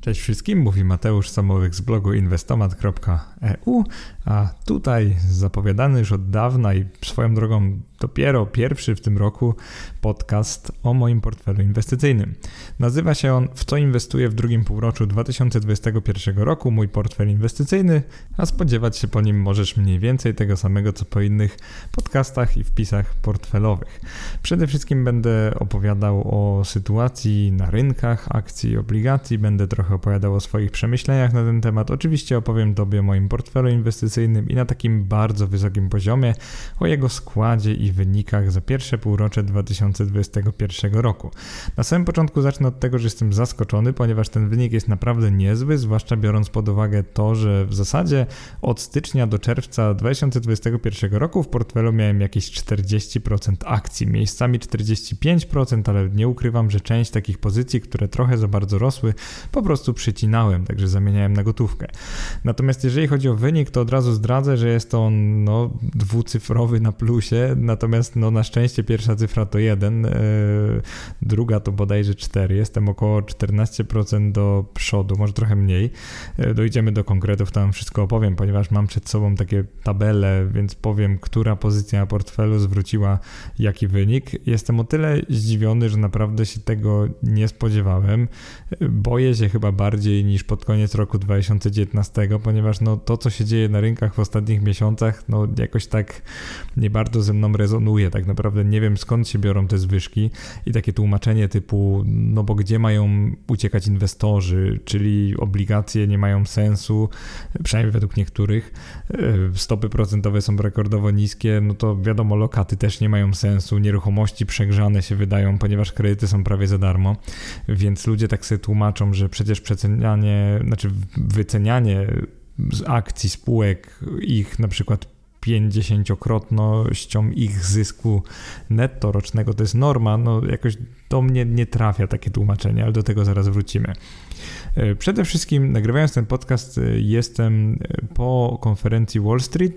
Cześć wszystkim, mówi Mateusz Samowych z blogu inwestomat.eu, a tutaj zapowiadany już od dawna i swoją drogą dopiero pierwszy w tym roku podcast o moim portfelu inwestycyjnym. Nazywa się on W co inwestuję w drugim półroczu 2021 roku, mój portfel inwestycyjny, a spodziewać się po nim możesz mniej więcej tego samego co po innych podcastach i wpisach portfelowych. Przede wszystkim będę opowiadał o sytuacji na rynkach akcji i obligacji, będę trochę opowiadał o swoich przemyśleniach na ten temat. Oczywiście opowiem Tobie o moim portfelu inwestycyjnym i na takim bardzo wysokim poziomie o jego składzie i wynikach za pierwsze półrocze 2021 roku. Na samym początku zacznę od tego, że jestem zaskoczony, ponieważ ten wynik jest naprawdę niezły, zwłaszcza biorąc pod uwagę to, że w zasadzie od stycznia do czerwca 2021 roku w portfelu miałem jakieś 40% akcji, miejscami 45%, ale nie ukrywam, że część takich pozycji, które trochę za bardzo rosły, po prostu przycinałem, także zamieniałem na gotówkę. Natomiast jeżeli chodzi o wynik, to od razu zdradzę, że jest on dwucyfrowy na plusie, natomiast na szczęście pierwsza cyfra to 1, druga to bodajże 4, jestem około 14% do przodu, może trochę mniej. Dojdziemy do konkretów, tam wszystko opowiem, ponieważ mam przed sobą takie tabele, więc powiem, która pozycja na portfelu zwróciła jaki wynik. Jestem o tyle zdziwiony, że naprawdę się tego nie spodziewałem. Boję się chyba bardziej niż pod koniec roku 2019, ponieważ to, co się dzieje na rynkach w ostatnich miesiącach, jakoś tak nie bardzo ze mną rezonuje. Tak naprawdę nie wiem, skąd się biorą te zwyżki i takie tłumaczenie typu, bo gdzie mają uciekać inwestorzy, czyli obligacje nie mają sensu, przynajmniej według niektórych, stopy procentowe są rekordowo niskie, to wiadomo, lokaty też nie mają sensu, nieruchomości przegrzane się wydają, ponieważ kredyty są prawie za darmo, więc ludzie tak sobie tłumaczą, że przecież wycenianie z akcji spółek ich na przykład 50-krotnością ich zysku netto rocznego to jest norma, jakoś do mnie nie trafia takie tłumaczenie, ale do tego zaraz wrócimy. Przede wszystkim nagrywając ten podcast jestem po konferencji Wall Street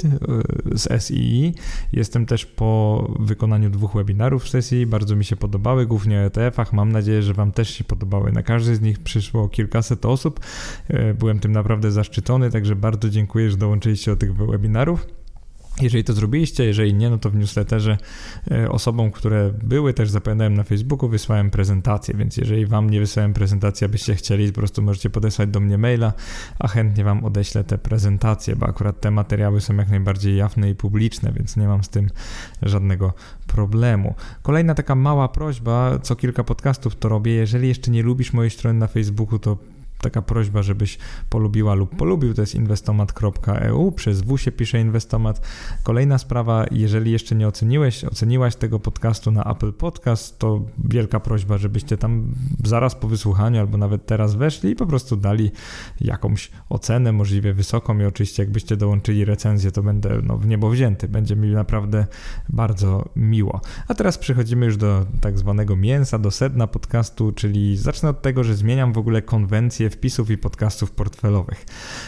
z SEI, jestem też po wykonaniu 2 webinarów z SEI, bardzo mi się podobały, głównie o ETF-ach, mam nadzieję, że Wam też się podobały. Na każdy z nich przyszło kilkaset osób, byłem tym naprawdę zaszczycony, także bardzo dziękuję, że dołączyliście do tych webinarów. Jeżeli to zrobiliście, jeżeli nie, to w newsletterze osobom, które były, też zapowiadałem na Facebooku, wysłałem prezentację, więc jeżeli Wam nie wysłałem prezentacji, abyście chcieli, po prostu możecie podesłać do mnie maila, a chętnie Wam odeślę te prezentacje, bo akurat te materiały są jak najbardziej jawne i publiczne, więc nie mam z tym żadnego problemu. Kolejna taka mała prośba, co kilka podcastów to robię, jeżeli jeszcze nie lubisz mojej strony na Facebooku, to taka prośba, żebyś polubiła lub polubił, to jest inwestomat.eu, przez W się pisze Inwestomat. Kolejna sprawa, jeżeli jeszcze nie oceniłaś tego podcastu na Apple Podcast, to wielka prośba, żebyście tam zaraz po wysłuchaniu albo nawet teraz weszli i po prostu dali jakąś ocenę, możliwie wysoką i oczywiście jakbyście dołączyli recenzję, to będę w niebo wzięty. Będzie mi naprawdę bardzo miło. A teraz przechodzimy już do tak zwanego mięsa, do sedna podcastu, czyli zacznę od tego, że zmieniam w ogóle konwencję wpisów i podcastów portfelowych.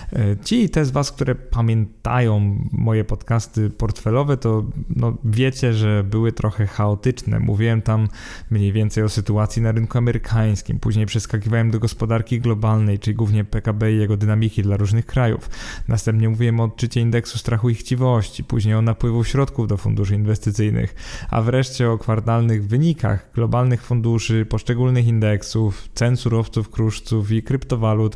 Ci i te z Was, które pamiętają moje podcasty portfelowe, to wiecie, że były trochę chaotyczne. Mówiłem tam mniej więcej o sytuacji na rynku amerykańskim, później przeskakiwałem do gospodarki globalnej, czyli głównie PKB i jego dynamiki dla różnych krajów. Następnie mówiłem o odczycie indeksu strachu i chciwości, później o napływu środków do funduszy inwestycyjnych, a wreszcie o kwartalnych wynikach globalnych funduszy, poszczególnych indeksów, cen surowców, kruszców i kryptowalut,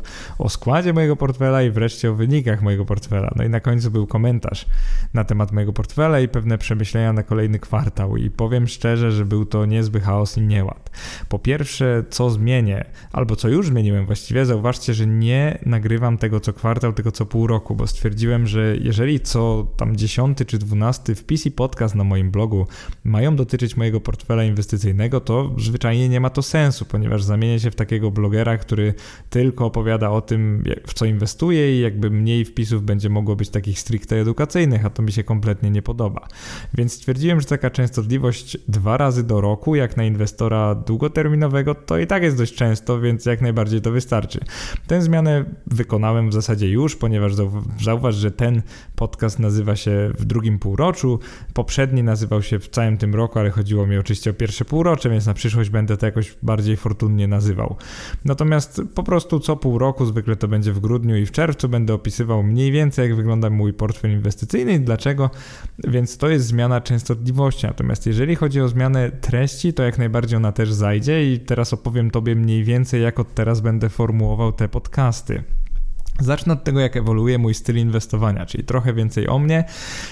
o składzie mojego portfela i wreszcie o wynikach mojego portfela. I na końcu był komentarz na temat mojego portfela i pewne przemyślenia na kolejny kwartał i powiem szczerze, że był to niezły chaos i nieład. Po pierwsze, co zmienię, albo co już zmieniłem właściwie, zauważcie, że nie nagrywam tego co kwartał, tylko co pół roku, bo stwierdziłem, że jeżeli co tam 10 czy 12 wpis i podcast na moim blogu mają dotyczyć mojego portfela inwestycyjnego, to zwyczajnie nie ma to sensu, ponieważ zamienię się w takiego blogera, który tylko opowiada o tym, w co inwestuje i jakby mniej wpisów będzie mogło być takich stricte edukacyjnych, a to mi się kompletnie nie podoba. Więc stwierdziłem, że taka częstotliwość 2 razy do roku, jak na inwestora długoterminowego, to i tak jest dość często, więc jak najbardziej to wystarczy. Tę zmianę wykonałem w zasadzie już, ponieważ zauważ, że ten podcast nazywa się w drugim półroczu, poprzedni nazywał się w całym tym roku, ale chodziło mi oczywiście o pierwsze półrocze, więc na przyszłość będę to jakoś bardziej fortunnie nazywał. Natomiast po prostu prostu co pół roku, zwykle to będzie w grudniu i w czerwcu, będę opisywał mniej więcej, jak wygląda mój portfel inwestycyjny i dlaczego, więc to jest zmiana częstotliwości. Natomiast jeżeli chodzi o zmianę treści, to jak najbardziej ona też zajdzie i teraz opowiem Tobie mniej więcej, jak od teraz będę formułował te podcasty. Zacznę od tego, jak ewoluuje mój styl inwestowania, czyli trochę więcej o mnie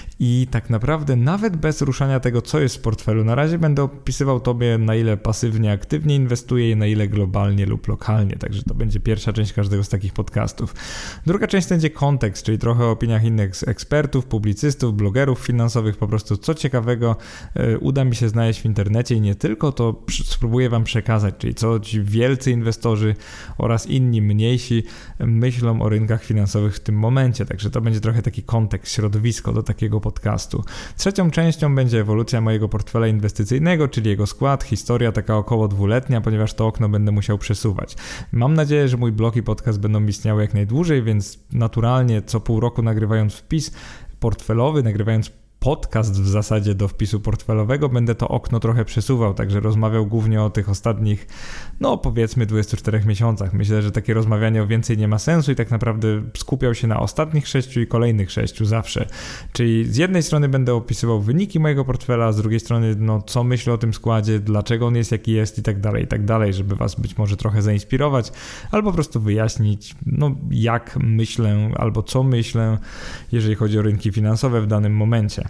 i tak naprawdę nawet bez ruszania tego, co jest w portfelu, na razie będę opisywał Tobie, na ile pasywnie, aktywnie inwestuję i na ile globalnie lub lokalnie, także to będzie pierwsza część każdego z takich podcastów. Druga część to będzie kontekst, czyli trochę o opiniach innych ekspertów, publicystów, blogerów finansowych, po prostu co ciekawego uda mi się znaleźć w internecie i nie tylko, to spróbuję Wam przekazać, czyli co ci wielcy inwestorzy oraz inni mniejsi myślą o rynkach finansowych w tym momencie, także to będzie trochę taki kontekst, środowisko do takiego podcastu. Trzecią częścią będzie ewolucja mojego portfela inwestycyjnego, czyli jego skład, historia taka około 2-letnia, ponieważ to okno będę musiał przesuwać. Mam nadzieję, że mój blog i podcast będą istniały jak najdłużej, więc naturalnie co pół roku nagrywając wpis portfelowy, nagrywając podcast w zasadzie do wpisu portfelowego, będę to okno trochę przesuwał, także rozmawiał głównie o tych ostatnich, powiedzmy 24 miesiącach. Myślę, że takie rozmawianie o więcej nie ma sensu i tak naprawdę skupiał się na ostatnich 6 i kolejnych 6 zawsze. Czyli z jednej strony będę opisywał wyniki mojego portfela, a z drugiej strony co myślę o tym składzie, dlaczego on jest jaki jest i tak dalej, żeby Was być może trochę zainspirować, albo po prostu wyjaśnić, jak myślę, albo co myślę, jeżeli chodzi o rynki finansowe w danym momencie.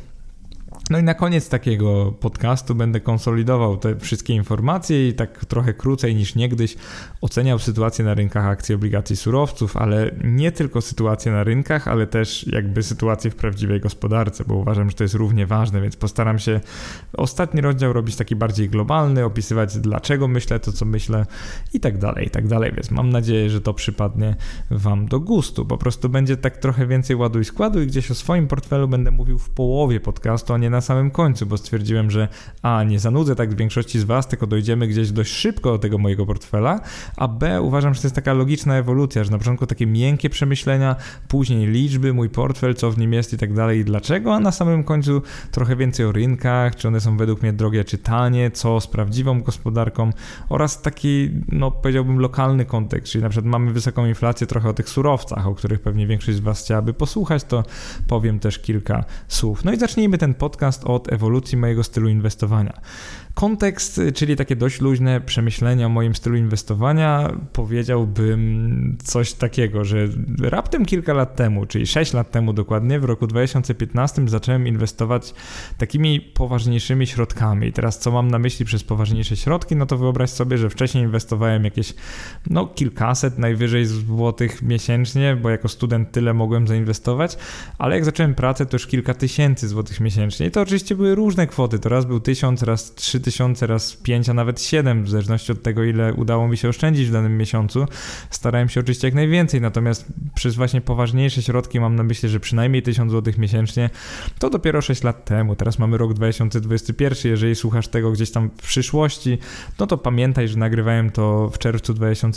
No i na koniec takiego podcastu będę konsolidował te wszystkie informacje i tak trochę krócej niż niegdyś oceniał sytuację na rynkach akcji, obligacji, surowców, ale nie tylko sytuację na rynkach, ale też jakby sytuację w prawdziwej gospodarce, bo uważam, że to jest równie ważne, więc postaram się ostatni rozdział robić taki bardziej globalny, opisywać dlaczego myślę to, co myślę i tak dalej, więc mam nadzieję, że to przypadnie Wam do gustu. Po prostu będzie tak trochę więcej ładu i składu i gdzieś o swoim portfelu będę mówił w połowie podcastu, a nie na samym końcu, bo stwierdziłem, że nie zanudzę tak większości z Was, tylko dojdziemy gdzieś dość szybko do tego mojego portfela, a B, uważam, że to jest taka logiczna ewolucja, że na początku takie miękkie przemyślenia, później liczby, mój portfel, co w nim jest i tak dalej i dlaczego, a na samym końcu trochę więcej o rynkach, czy one są według mnie drogie czy tanie, co z prawdziwą gospodarką oraz taki, powiedziałbym lokalny kontekst, czyli na przykład mamy wysoką inflację, trochę o tych surowcach, o których pewnie większość z Was chciałaby posłuchać, to powiem też kilka słów. No i zacznijmy ten podcast od ewolucji mojego stylu inwestowania. Kontekst, czyli takie dość luźne przemyślenia o moim stylu inwestowania, powiedziałbym coś takiego, że raptem kilka lat temu, czyli 6 lat temu dokładnie, w roku 2015 zacząłem inwestować takimi poważniejszymi środkami. I teraz co mam na myśli przez poważniejsze środki, to wyobraź sobie, że wcześniej inwestowałem jakieś kilkaset najwyżej złotych miesięcznie, bo jako student tyle mogłem zainwestować, ale jak zacząłem pracę, to już kilka tysięcy złotych miesięcznie. I to oczywiście były różne kwoty, to raz był 1000, raz 3000, raz 5, a nawet 7, w zależności od tego, ile udało mi się oszczędzić w danym miesiącu. Starałem się oczywiście jak najwięcej, natomiast przez właśnie poważniejsze środki mam na myśli, że przynajmniej 1000 zł miesięcznie, to dopiero 6 lat temu. Teraz mamy rok 2021, jeżeli słuchasz tego gdzieś tam w przyszłości, to pamiętaj, że nagrywałem to w czerwcu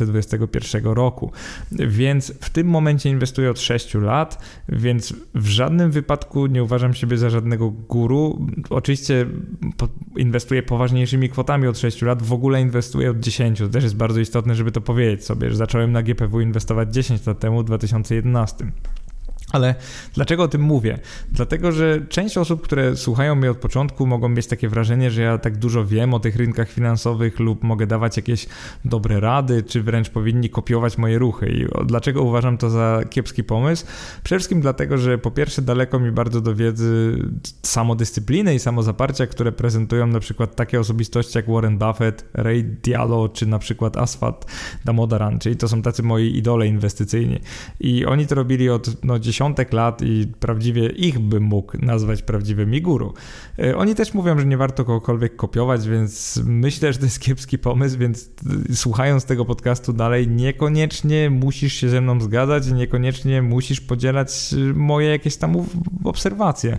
2021 roku. Więc w tym momencie inwestuję od 6 lat, więc w żadnym wypadku nie uważam siebie za żadnego guru. Oczywiście inwestuję poważniejszymi kwotami od 6 lat, w ogóle inwestuję od 10. To też jest bardzo istotne, żeby to powiedzieć sobie, że zacząłem na GPW inwestować 10 lat temu, w 2011. Ale dlaczego o tym mówię? Dlatego, że część osób, które słuchają mnie od początku, mogą mieć takie wrażenie, że ja tak dużo wiem o tych rynkach finansowych lub mogę dawać jakieś dobre rady, czy wręcz powinni kopiować moje ruchy. I dlaczego uważam to za kiepski pomysł? Przede wszystkim dlatego, że po pierwsze daleko mi bardzo do wiedzy samodyscypliny i samozaparcia, które prezentują na przykład takie osobistości jak Warren Buffett, Ray Dalio, czy na przykład Asfat Damodaran, czyli to są tacy moi idole inwestycyjni. I oni to robili od dziesiątek lat i prawdziwie ich bym mógł nazwać prawdziwymi guru. Oni też mówią, że nie warto kogokolwiek kopiować, więc myślę, że to jest kiepski pomysł, więc słuchając tego podcastu dalej, niekoniecznie musisz się ze mną zgadzać i niekoniecznie musisz podzielać moje jakieś tam obserwacje.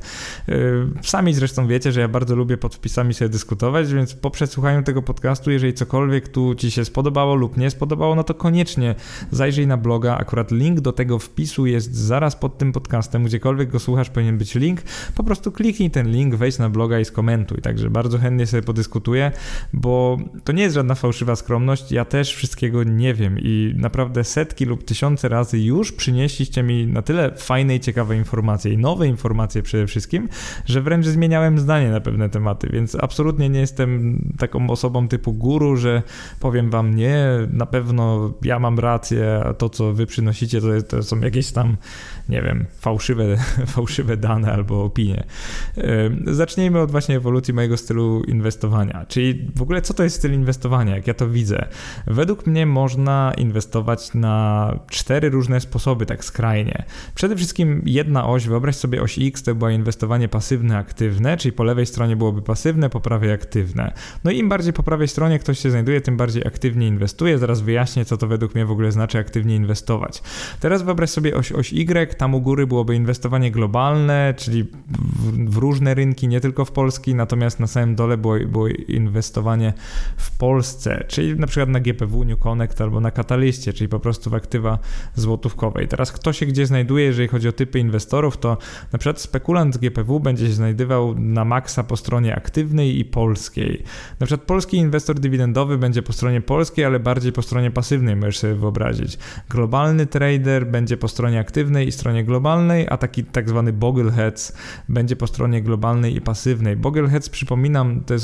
Sami zresztą wiecie, że ja bardzo lubię pod wpisami sobie dyskutować, więc po przesłuchaniu tego podcastu, jeżeli cokolwiek tu Ci się spodobało lub nie spodobało, to koniecznie zajrzyj na bloga. Akurat link do tego wpisu jest zaraz pod pod tym podcastem, gdziekolwiek go słuchasz, powinien być link. Po prostu kliknij ten link, wejdź na bloga i skomentuj. Także bardzo chętnie sobie podyskutuję, bo to nie jest żadna fałszywa skromność. Ja też wszystkiego nie wiem i naprawdę setki lub tysiące razy już przynieśliście mi na tyle fajne i ciekawe informacje i nowe informacje przede wszystkim, że wręcz zmieniałem zdanie na pewne tematy, więc absolutnie nie jestem taką osobą typu guru, że powiem wam nie, na pewno ja mam rację, a to co wy przynosicie to są jakieś tam, nie wiem, fałszywe dane albo opinie. Zacznijmy od właśnie ewolucji mojego stylu inwestowania, czyli w ogóle co to jest styl inwestowania, jak ja to widzę. Według mnie można inwestować na 4 różne sposoby, tak skrajnie. Przede wszystkim jedna oś, wyobraź sobie oś X, to było inwestowanie pasywne, aktywne, czyli po lewej stronie byłoby pasywne, po prawej aktywne. No i im bardziej po prawej stronie ktoś się znajduje, tym bardziej aktywnie inwestuje. Zaraz wyjaśnię, co to według mnie w ogóle znaczy aktywnie inwestować. Teraz wyobraź sobie oś Y, tam u góry byłoby inwestowanie globalne, czyli w różne rynki, nie tylko w Polski, natomiast na samym dole było inwestowanie w Polsce, czyli na przykład na GPW, New Connect albo na Katalyście, czyli po prostu w aktywa złotówkowe. I teraz kto się gdzie znajduje, jeżeli chodzi o typy inwestorów, to na przykład spekulant z GPW będzie się znajdował na maksa po stronie aktywnej i polskiej. Na przykład polski inwestor dywidendowy będzie po stronie polskiej, ale bardziej po stronie pasywnej, możesz sobie wyobrazić. Globalny trader będzie po stronie aktywnej i stronie globalnej, a taki tak zwany Bogleheads będzie po stronie globalnej i pasywnej. Bogleheads, przypominam, to jest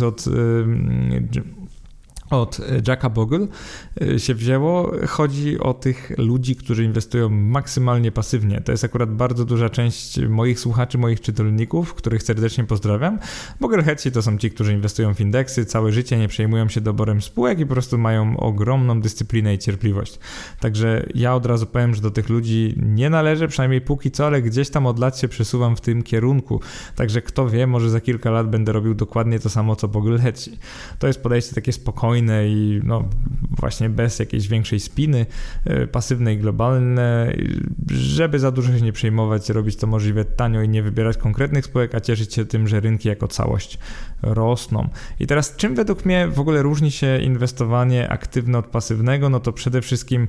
od Jacka Bogle się wzięło. Chodzi o tych ludzi, którzy inwestują maksymalnie pasywnie. To jest akurat bardzo duża część moich słuchaczy, moich czytelników, których serdecznie pozdrawiam. Bogleheadsi to są ci, którzy inwestują w indeksy, całe życie nie przejmują się doborem spółek i po prostu mają ogromną dyscyplinę i cierpliwość. Także ja od razu powiem, że do tych ludzi nie należę, przynajmniej póki co, ale gdzieś tam od lat się przesuwam w tym kierunku. Także kto wie, może za kilka lat będę robił dokładnie to samo, co Bogleheadsi. To jest podejście takie spokojne i no właśnie bez jakiejś większej spiny, pasywne i globalne, żeby za dużo się nie przejmować, robić to możliwie tanio i nie wybierać konkretnych spółek, a cieszyć się tym, że rynki jako całość rosną. I teraz czym według mnie w ogóle różni się inwestowanie aktywne od pasywnego? No to przede wszystkim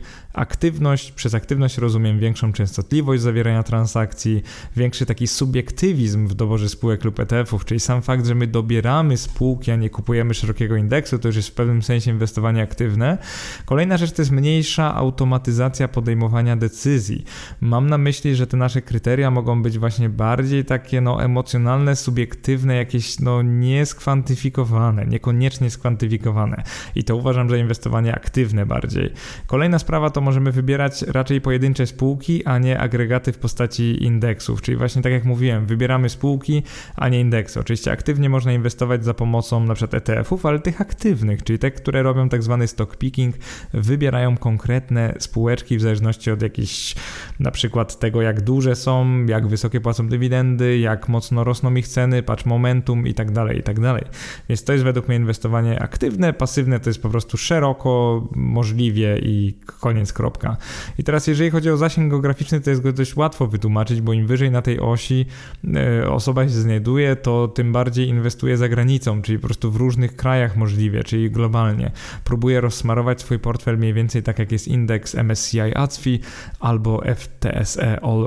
przez aktywność rozumiem większą częstotliwość zawierania transakcji, większy taki subiektywizm w doborze spółek lub ETF-ów, czyli sam fakt, że my dobieramy spółki, a nie kupujemy szerokiego indeksu, to już jest w pewnym sensie inwestowanie aktywne. Kolejna rzecz to jest mniejsza automatyzacja podejmowania decyzji. Mam na myśli, że te nasze kryteria mogą być właśnie bardziej takie emocjonalne, subiektywne, jakieś nieskwantyfikowane, niekoniecznie skwantyfikowane. I to uważam, że inwestowanie aktywne bardziej. Kolejna sprawa to możemy wybierać raczej pojedyncze spółki, a nie agregaty w postaci indeksów. Czyli właśnie tak jak mówiłem, wybieramy spółki, a nie indeksy. Oczywiście aktywnie można inwestować za pomocą na przykład ETF-ów, ale tych aktywnych, czyli te, które robią tak zwany stock picking, wybierają konkretne spółeczki w zależności od jakichś na przykład tego, jak duże są, jak wysokie płacą dywidendy, jak mocno rosną ich ceny, patrz momentum i tak dalej, i tak dalej. Więc to jest według mnie inwestowanie aktywne, pasywne to jest po prostu szeroko, możliwie i koniec, kropka. I teraz jeżeli chodzi o zasięg geograficzny, to jest go dość łatwo wytłumaczyć, bo im wyżej na tej osi osoba się znajduje, to tym bardziej inwestuje za granicą, czyli po prostu w różnych krajach możliwie, czyli globalnie. Próbuje rozsmarować swój portfel mniej więcej tak jak jest indeks MSCI ACFI albo FTSE All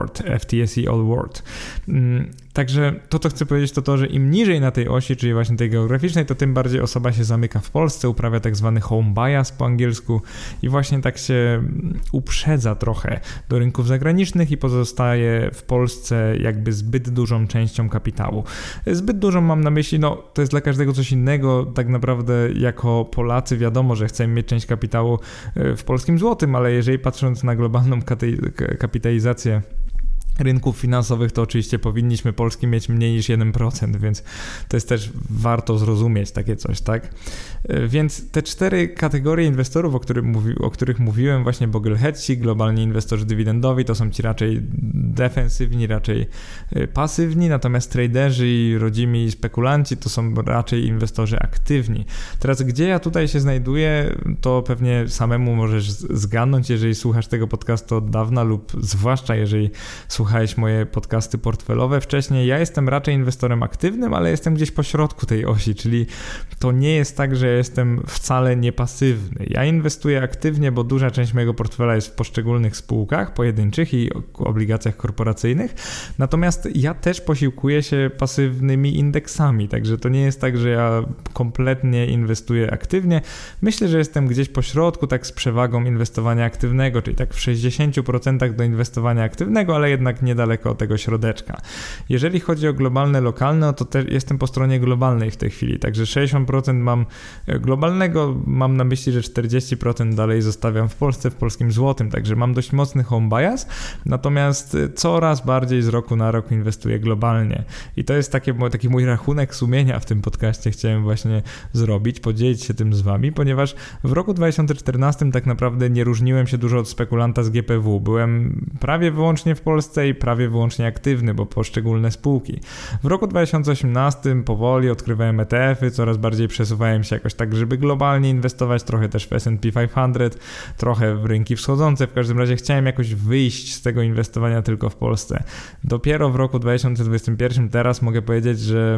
World. Także to, co chcę powiedzieć, to, że im niżej na tej osi, czyli właśnie tej geograficznej, to tym bardziej osoba się zamyka w Polsce, uprawia tak zwany home bias po angielsku i właśnie tak się uprzedza trochę do rynków zagranicznych i pozostaje w Polsce jakby zbyt dużą częścią kapitału. Zbyt dużą mam na myśli, to jest dla każdego coś innego, tak naprawdę jako Polacy wiadomo, że chcemy mieć część kapitału w polskim złotym, ale jeżeli patrząc na globalną kapitalizację rynków finansowych, to oczywiście powinniśmy Polski mieć mniej niż 1%, więc to jest też warto zrozumieć takie coś, tak? Więc te 4 kategorie inwestorów, o których mówiłem, właśnie Bogleheadsi, globalni inwestorzy dywidendowi, to są ci raczej defensywni, raczej pasywni, natomiast traderzy i rodzimi spekulanci to są raczej inwestorzy aktywni. Teraz gdzie ja tutaj się znajduję, to pewnie samemu możesz zgadnąć, jeżeli słuchasz tego podcastu od dawna lub zwłaszcza jeżeli słuchasz słuchałeś moje podcasty portfelowe wcześniej, ja jestem raczej inwestorem aktywnym, ale jestem gdzieś po środku tej osi, czyli to nie jest tak, że jestem wcale niepasywny. Ja inwestuję aktywnie, bo duża część mojego portfela jest w poszczególnych spółkach pojedynczych i obligacjach korporacyjnych, natomiast ja też posiłkuję się pasywnymi indeksami, także to nie jest tak, że ja kompletnie inwestuję aktywnie. Myślę, że jestem gdzieś po środku, tak z przewagą inwestowania aktywnego, czyli tak w 60% do inwestowania aktywnego, ale jednak niedaleko od tego środeczka. Jeżeli chodzi o globalne, lokalne, to też jestem po stronie globalnej w tej chwili, także 60% mam globalnego, mam na myśli, że 40% dalej zostawiam w Polsce, w polskim złotym, także mam dość mocny home bias, natomiast coraz bardziej z roku na rok inwestuję globalnie i to jest taki mój rachunek sumienia w tym podcaście chciałem właśnie zrobić, podzielić się tym z wami, ponieważ w roku 2014 tak naprawdę nie różniłem się dużo od spekulanta z GPW. Byłem prawie wyłącznie w Polsce i prawie wyłącznie aktywny, bo poszczególne spółki. W roku 2018 powoli odkrywałem ETF-y, coraz bardziej przesuwałem się jakoś tak, żeby globalnie inwestować, trochę też w S&P 500, trochę w rynki wschodzące. W każdym razie chciałem jakoś wyjść z tego inwestowania tylko w Polsce. Dopiero w roku 2021 teraz mogę powiedzieć, że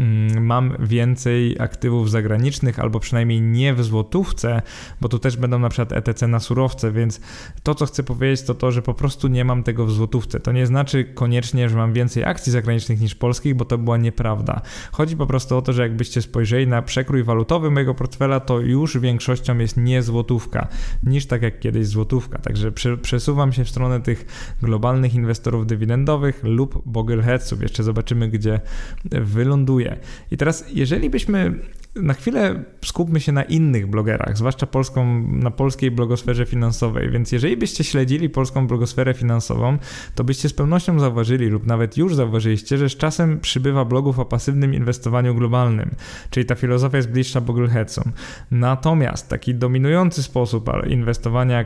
mam więcej aktywów zagranicznych, albo przynajmniej nie w złotówce, bo tu też będą na przykład ETC na surowce, więc to, co chcę powiedzieć, to, że po prostu nie mam tego w złotówce. To nie znaczy koniecznie, że mam więcej akcji zagranicznych niż polskich, bo to była nieprawda. Chodzi po prostu o to, że jakbyście spojrzeli na przekrój walutowy mojego portfela, to już większością jest nie złotówka, niż tak jak kiedyś złotówka. Także przesuwam się w stronę tych globalnych inwestorów dywidendowych lub Bogleheadsów. Jeszcze zobaczymy, gdzie wyląduje. I teraz, jeżeli byśmy na chwilę skupmy się na innych blogerach, zwłaszcza na polskiej blogosferze finansowej, więc jeżeli byście śledzili polską blogosferę finansową, to byście z pewnością zauważyli lub nawet już zauważyliście, że z czasem przybywa blogów o pasywnym inwestowaniu globalnym, czyli ta filozofia jest bliższa Bogleheadsom. Natomiast taki dominujący sposób inwestowania,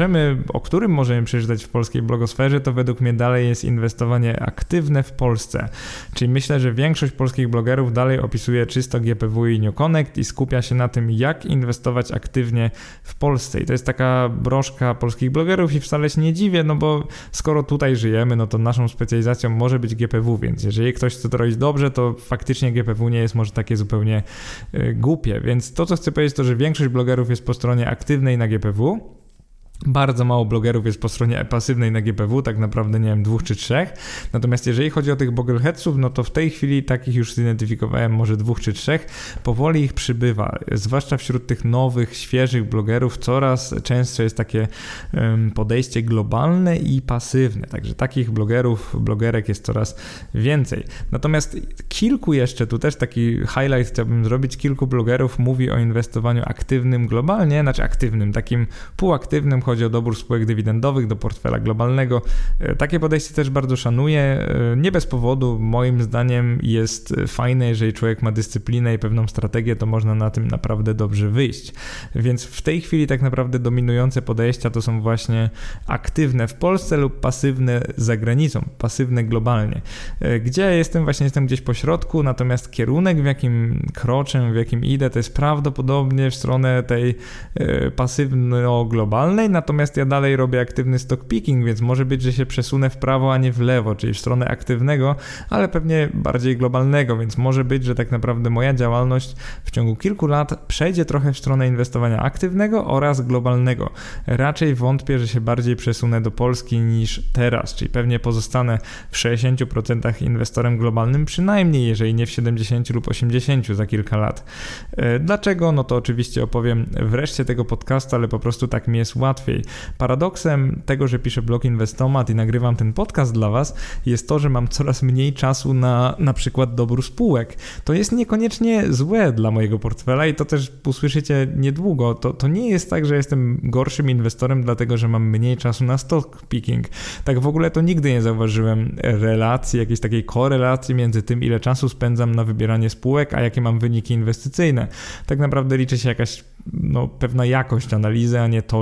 o którym możemy przeczytać w polskiej blogosferze, to według mnie dalej jest inwestowanie aktywne w Polsce. Czyli myślę, że większość polskich blogerów dalej opisuje czysto GPW i New Connect i skupia się na tym, jak inwestować aktywnie w Polsce. I to jest taka broszka polskich blogerów i wcale się nie dziwię, no bo skoro tutaj żyjemy, no to naszą specjalizacją może być GPW, więc jeżeli ktoś chce to robić dobrze, to faktycznie GPW nie jest może takie zupełnie głupie. Więc to, co chcę powiedzieć, to, że większość blogerów jest po stronie aktywnej na GPW, bardzo mało blogerów jest po stronie pasywnej na GPW, tak naprawdę nie wiem, 2 czy 3. Natomiast jeżeli chodzi o tych Bogleheadsów, no to w tej chwili takich już zidentyfikowałem może 2 czy 3. Powoli ich przybywa, zwłaszcza wśród tych nowych, świeżych blogerów coraz częstsze jest takie podejście globalne i pasywne. Także takich blogerek jest coraz więcej. Natomiast kilku jeszcze, tu też taki highlight chciałbym zrobić, kilku blogerów mówi o inwestowaniu aktywnym globalnie, znaczy aktywnym, takim półaktywnym, chodzi o dobór spółek dywidendowych do portfela globalnego. Takie podejście też bardzo szanuję. Nie bez powodu, moim zdaniem jest fajne, jeżeli człowiek ma dyscyplinę i pewną strategię, to można na tym naprawdę dobrze wyjść. Więc w tej chwili tak naprawdę dominujące podejścia to są właśnie aktywne w Polsce lub pasywne za granicą, pasywne globalnie. Gdzie jestem? Właśnie jestem gdzieś po środku, natomiast kierunek, w jakim kroczę, w jakim idę, to jest prawdopodobnie w stronę tej pasywno-globalnej, natomiast ja dalej robię aktywny stock picking, więc może być, że się przesunę w prawo, a nie w lewo, czyli w stronę aktywnego, ale pewnie bardziej globalnego, więc może być, że tak naprawdę moja działalność w ciągu kilku lat przejdzie trochę w stronę inwestowania aktywnego oraz globalnego. Raczej wątpię, że się bardziej przesunę do Polski niż teraz, czyli pewnie pozostanę w 60% inwestorem globalnym, przynajmniej jeżeli nie w 70 lub 80 za kilka lat. Dlaczego? No to oczywiście opowiem wreszcie tego podcastu, ale po prostu tak mi jest łatwiej. Paradoksem tego, że piszę blog Inwestomat i nagrywam ten podcast dla was, jest to, że mam coraz mniej czasu na przykład dobór spółek. To jest niekoniecznie złe dla mojego portfela i to też usłyszycie niedługo. To nie jest tak, że jestem gorszym inwestorem dlatego, że mam mniej czasu na stock picking. Tak w ogóle to nigdy nie zauważyłem relacji, jakiejś takiej korelacji między tym, ile czasu spędzam na wybieranie spółek, a jakie mam wyniki inwestycyjne. Tak naprawdę liczy się jakaś pewna jakość analizy, a nie to, że spędziłem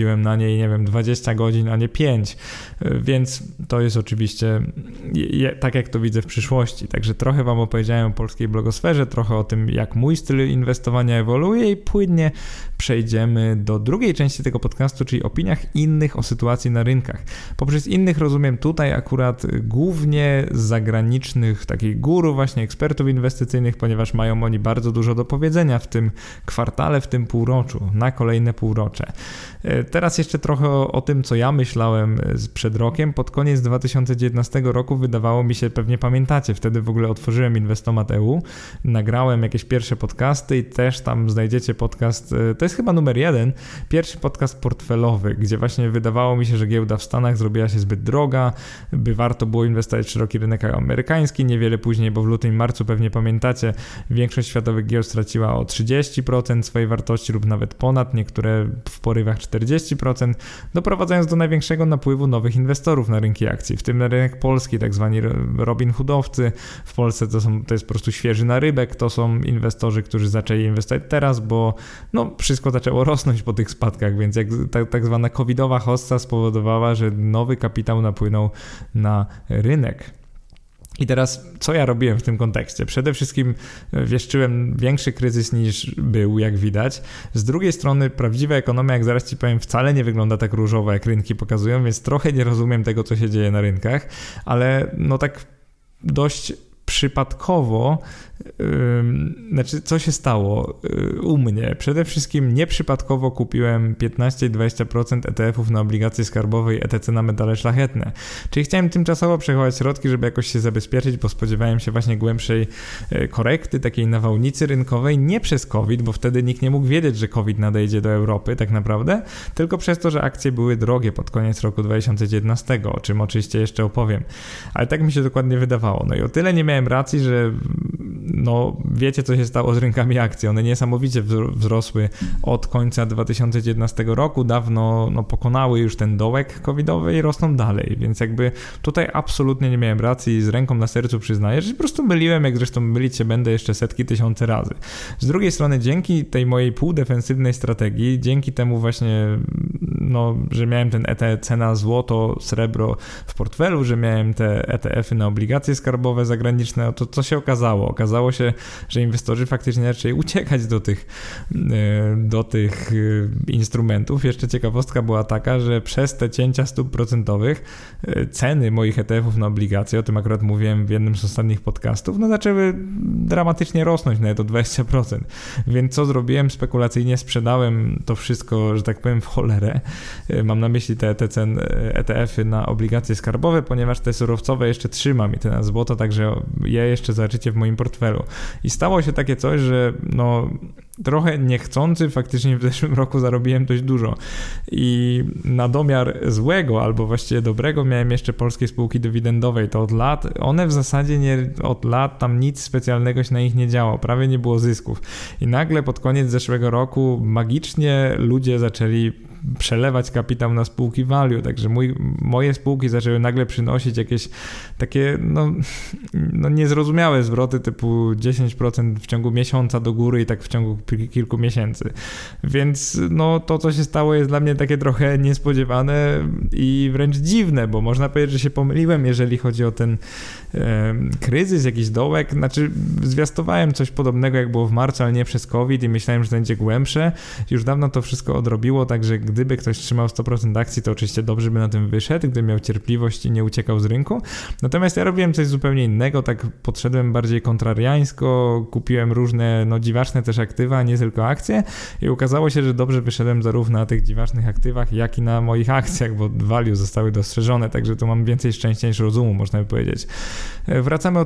spędziłem na niej, nie wiem, 20 godzin, a nie 5, więc to jest oczywiście tak, jak to widzę w przyszłości. Także trochę wam opowiedziałem o polskiej blogosferze, trochę o tym, jak mój styl inwestowania ewoluuje i płynnie przejdziemy do drugiej części tego podcastu, czyli opiniach innych o sytuacji na rynkach. Poprzez innych rozumiem tutaj akurat głównie zagranicznych takich guru, właśnie ekspertów inwestycyjnych, ponieważ mają oni bardzo dużo do powiedzenia w tym kwartale, w tym półroczu, na kolejne półrocze. Teraz jeszcze trochę o tym, co ja myślałem przed rokiem. Pod koniec 2019 roku wydawało mi się, pewnie pamiętacie, wtedy w ogóle otworzyłem Inwestomat.eu, nagrałem jakieś pierwsze podcasty i też tam znajdziecie podcast, to jest chyba numer 1, pierwszy podcast portfelowy, gdzie właśnie wydawało mi się, że giełda w Stanach zrobiła się zbyt droga, by warto było inwestować w szeroki rynek amerykański. Niewiele później, bo w lutym i marcu pewnie pamiętacie, większość światowych giełd straciła o 30% swojej wartości lub nawet ponad, niektóre w porywach 40%, doprowadzając do największego napływu nowych inwestorów na rynki akcji, w tym na rynek polski, tak zwani Robin Hoodowcy. W Polsce to jest po prostu świeży narybek, to są inwestorzy, którzy zaczęli inwestować teraz, bo wszystko zaczęło rosnąć po tych spadkach, więc jak tak zwana covidowa hossa spowodowała, że nowy kapitał napłynął na rynek. I teraz, co ja robiłem w tym kontekście? Przede wszystkim wieszczyłem większy kryzys niż był, jak widać. Z drugiej strony prawdziwa ekonomia, jak zaraz ci powiem, wcale nie wygląda tak różowo, jak rynki pokazują, więc trochę nie rozumiem tego, co się dzieje na rynkach, ale tak dość przypadkowo, co się stało u mnie? Przede wszystkim nieprzypadkowo kupiłem 15-20% ETF-ów na obligacje skarbowe i ETC na metale szlachetne. Czyli chciałem tymczasowo przechować środki, żeby jakoś się zabezpieczyć, bo spodziewałem się właśnie głębszej korekty, takiej nawałnicy rynkowej, nie przez COVID, bo wtedy nikt nie mógł wiedzieć, że COVID nadejdzie do Europy tak naprawdę, tylko przez to, że akcje były drogie pod koniec roku 2019, o czym oczywiście jeszcze opowiem. Ale tak mi się dokładnie wydawało. I o tyle nie miałem racji, że wiecie, co się stało z rynkami akcji. One niesamowicie wzrosły od końca 2019 roku, dawno pokonały już ten dołek covidowy i rosną dalej, więc jakby tutaj absolutnie nie miałem racji, z ręką na sercu przyznaję, że po prostu myliłem, jak zresztą mylić się będę jeszcze setki tysiące razy. Z drugiej strony dzięki tej mojej półdefensywnej strategii, dzięki temu właśnie, że miałem ten ETC na złoto, srebro w portfelu, że miałem te ETF-y na obligacje skarbowe zagraniczne, to co się okazało? Okazało się, że inwestorzy faktycznie zaczęli uciekać do tych instrumentów. Jeszcze ciekawostka była taka, że przez te cięcia stóp procentowych ceny moich ETF-ów na obligacje, o tym akurat mówiłem w jednym z ostatnich podcastów, zaczęły dramatycznie rosnąć, nawet o 20%. Więc co zrobiłem? Spekulacyjnie sprzedałem to wszystko, że tak powiem, w cholerę. Mam na myśli te ETF-y na obligacje skarbowe, ponieważ te surowcowe jeszcze trzymam i te na złoto, także je jeszcze zobaczycie w moim portfelu. I stało się takie coś, że trochę niechcący faktycznie w zeszłym roku zarobiłem dość dużo. I na domiar złego, albo właściwie dobrego, miałem jeszcze polskie spółki dywidendowe. To od lat, one w zasadzie od lat tam nic specjalnego się na nich nie działo, prawie nie było zysków. I nagle pod koniec zeszłego roku magicznie ludzie zaczęli przelewać kapitał na spółki value, także moje spółki zaczęły nagle przynosić jakieś takie niezrozumiałe zwroty typu 10% w ciągu miesiąca do góry i tak w ciągu kilku miesięcy. Więc to, co się stało, jest dla mnie takie trochę niespodziewane i wręcz dziwne, bo można powiedzieć, że się pomyliłem, jeżeli chodzi o ten kryzys, jakiś dołek. Zwiastowałem coś podobnego, jak było w marcu, ale nie przez COVID i myślałem, że to będzie głębsze. Już dawno to wszystko odrobiło, także gdyby ktoś trzymał 100% akcji, to oczywiście dobrze by na tym wyszedł, gdyby miał cierpliwość i nie uciekał z rynku. Natomiast ja robiłem coś zupełnie innego, tak podszedłem bardziej kontrariańsko, kupiłem różne dziwaczne też aktywa, a nie tylko akcje i okazało się, że dobrze wyszedłem zarówno na tych dziwacznych aktywach, jak i na moich akcjach, bo value zostały dostrzeżone, także tu mam więcej szczęścia niż rozumu, można by powiedzieć. Wracamy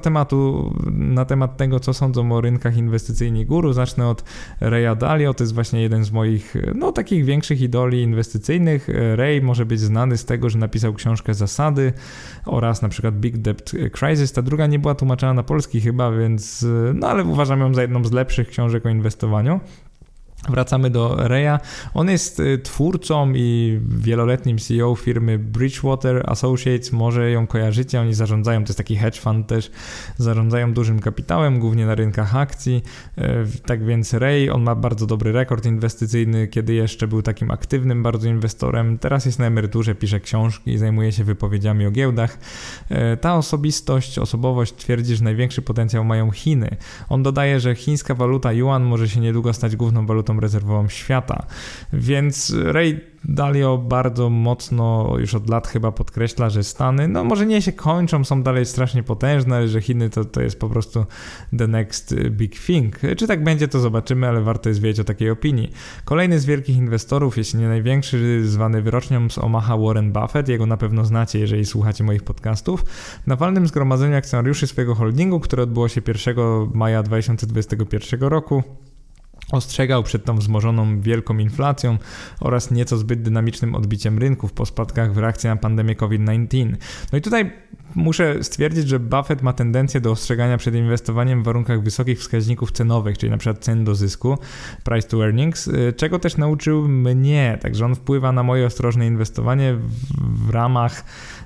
na temat tego, co sądzą o rynkach inwestycyjnych guru. Zacznę od Raya Dalio, to jest właśnie jeden z moich takich większych idoli inwestycyjnych. Ray może być znany z tego, że napisał książkę Zasady oraz na przykład Big Debt Crisis. Ta druga nie była tłumaczona na polski chyba, więc ale uważam ją za jedną z lepszych książek o inwestowaniu. Wracamy do Raya. On jest twórcą i wieloletnim CEO firmy Bridgewater Associates. Może ją kojarzycie, oni zarządzają, to jest taki hedge fund też, zarządzają dużym kapitałem, głównie na rynkach akcji. Tak więc Ray, on ma bardzo dobry rekord inwestycyjny, kiedy jeszcze był takim aktywnym bardzo inwestorem. Teraz jest na emeryturze, pisze książki i zajmuje się wypowiedziami o giełdach. Ta osobowość twierdzi, że największy potencjał mają Chiny. On dodaje, że chińska waluta yuan może się niedługo stać główną walutą rezerwową świata. Więc Ray Dalio bardzo mocno już od lat chyba podkreśla, że Stany, no może nie się kończą, są dalej strasznie potężne, ale że Chiny to jest po prostu the next big thing. Czy tak będzie, to zobaczymy, ale warto jest wiedzieć o takiej opinii. Kolejny z wielkich inwestorów, jeśli nie największy, zwany wyrocznią z Omaha Warren Buffett, jego na pewno znacie, jeżeli słuchacie moich podcastów, na walnym zgromadzeniu akcjonariuszy swojego holdingu, które odbyło się 1 maja 2021 roku, ostrzegał przed tą wzmożoną wielką inflacją oraz nieco zbyt dynamicznym odbiciem rynków po spadkach w reakcji na pandemię COVID-19. No i tutaj muszę stwierdzić, że Buffett ma tendencję do ostrzegania przed inwestowaniem w warunkach wysokich wskaźników cenowych, czyli na przykład cen do zysku, price to earnings, czego też nauczył mnie, także on wpływa na moje ostrożne inwestowanie w ramach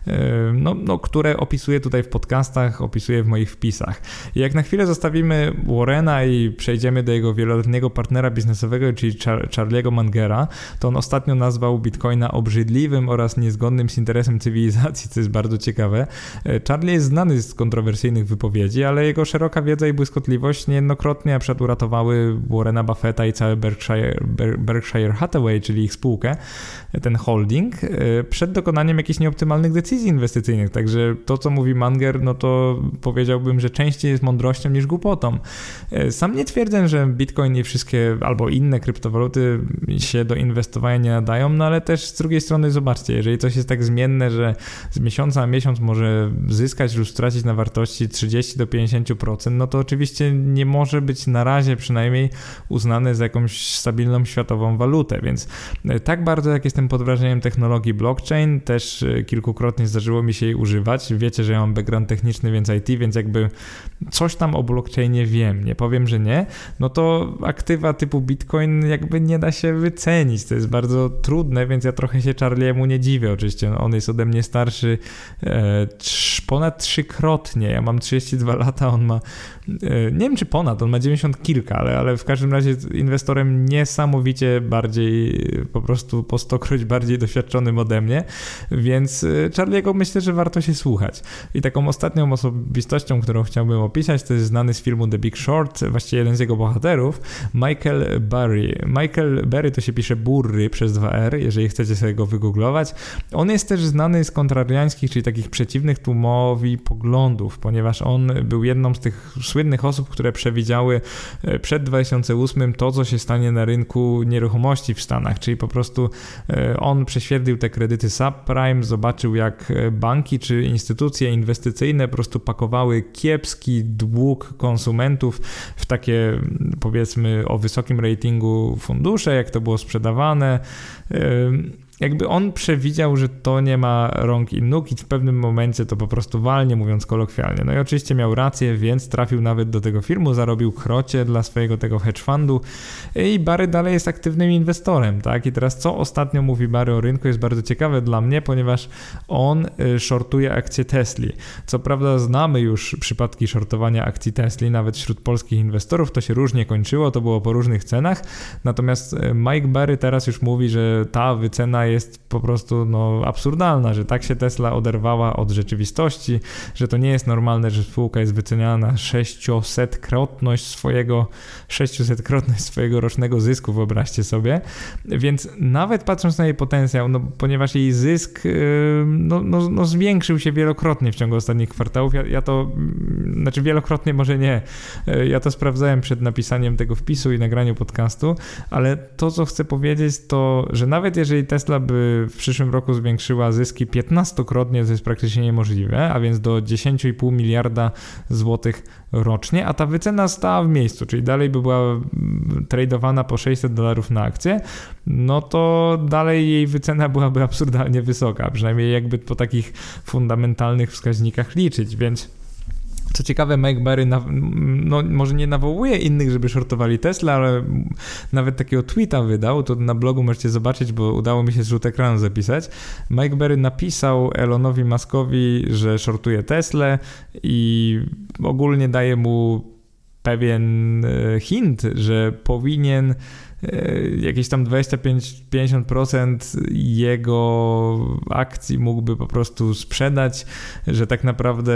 które opisuję tutaj w podcastach, opisuję w moich wpisach. I jak na chwilę zostawimy Warrena i przejdziemy do jego wieloletniego partnera biznesowego, czyli Charlie'ego Mungera, to on ostatnio nazwał Bitcoina obrzydliwym oraz niezgodnym z interesem cywilizacji, co jest bardzo ciekawe. Charlie jest znany z kontrowersyjnych wypowiedzi, ale jego szeroka wiedza i błyskotliwość niejednokrotnie na przykład uratowały Warrena Buffetta i całe Berkshire Hathaway, czyli ich spółkę, ten holding, przed dokonaniem jakichś nieoptymalnych decyzji inwestycyjnych. Także to, co mówi Munger, no to powiedziałbym, że częściej jest mądrością niż głupotą. Sam nie twierdzę, że Bitcoin i wszystkie albo inne kryptowaluty się do inwestowania nie nadają, no ale też z drugiej strony zobaczcie, jeżeli coś jest tak zmienne, że z miesiąca na miesiąc może zyskać lub stracić na wartości 30 do 50%, no to oczywiście nie może być na razie przynajmniej uznane za jakąś stabilną światową walutę, więc tak bardzo jak jestem pod wrażeniem technologii blockchain, też kilkukrotnie zdarzyło mi się jej używać. Wiecie, że ja mam background techniczny, więc IT, więc jakby coś tam o blockchainie wiem, nie powiem, że nie, no to aktywa typu Bitcoin jakby nie da się wycenić, to jest bardzo trudne, więc ja trochę się Charlie'emu nie dziwię, oczywiście on jest ode mnie starszy ponad 3-krotnie, ja mam 32 lata, on ma, nie wiem czy ponad, on ma 90 kilka, ale w każdym razie jest inwestorem niesamowicie bardziej, po prostu po 100-kroć bardziej doświadczonym ode mnie, więc Charlie'ego myślę, że warto się słuchać. I taką ostatnią osobistością, którą chciałbym opisać, to jest znany z filmu The Big Short, właściwie jeden z jego bohaterów, Michael Burry. Michael Burry to się pisze Burry przez 2R, jeżeli chcecie sobie go wygooglować. On jest też znany z kontrariańskich, czyli takich przeciwnych tłumowi poglądów, ponieważ on był jedną z tych słynnych osób, które przewidziały przed 2008 to, co się stanie na rynku nieruchomości w Stanach, czyli po prostu on prześwietlił te kredyty subprime, zobaczył jak banki czy instytucje inwestycyjne po prostu pakowały kiepski dług konsumentów w takie, powiedzmy, o wysokim ratingu fundusze, jak to było sprzedawane. Jakby on przewidział, że to nie ma rąk i nóg i w pewnym momencie to po prostu walnie, mówiąc kolokwialnie. No i oczywiście miał rację, więc trafił nawet do tego filmu, zarobił krocie dla swojego tego hedge fundu i Barry dalej jest aktywnym inwestorem, tak? I teraz co ostatnio mówi Barry o rynku jest bardzo ciekawe dla mnie, ponieważ on shortuje akcje Tesli. Co prawda znamy już przypadki shortowania akcji Tesli, nawet wśród polskich inwestorów, to się różnie kończyło, to było po różnych cenach, natomiast Mike Barry teraz już mówi, że ta wycena jest po prostu absurdalna, że tak się Tesla oderwała od rzeczywistości, że to nie jest normalne, że spółka jest wyceniana na 600-krotność swojego rocznego zysku, wyobraźcie sobie. Więc nawet patrząc na jej potencjał, ponieważ jej zysk zwiększył się wielokrotnie w ciągu ostatnich kwartałów, ja to, znaczy wielokrotnie może nie, ja to sprawdzałem przed napisaniem tego wpisu i nagraniu podcastu, ale to, co chcę powiedzieć, to, że nawet jeżeli Tesla by w przyszłym roku zwiększyła zyski 15-krotnie, to jest praktycznie niemożliwe, a więc do 10,5 miliarda złotych rocznie, a ta wycena stała w miejscu, czyli dalej by była tradowana po $600 na akcję, no to dalej jej wycena byłaby absurdalnie wysoka, przynajmniej jakby po takich fundamentalnych wskaźnikach liczyć, więc Co ciekawe, Mike Berry może nie nawołuje innych, żeby shortowali Tesla, ale nawet takiego tweeta wydał, to na blogu możecie zobaczyć, bo udało mi się zrzut ekranu zapisać. Mike Berry napisał Elonowi Muskowi, że shortuje Teslę i ogólnie daje mu pewien hint, że powinien jakieś tam 25-50% jego akcji mógłby po prostu sprzedać, że tak naprawdę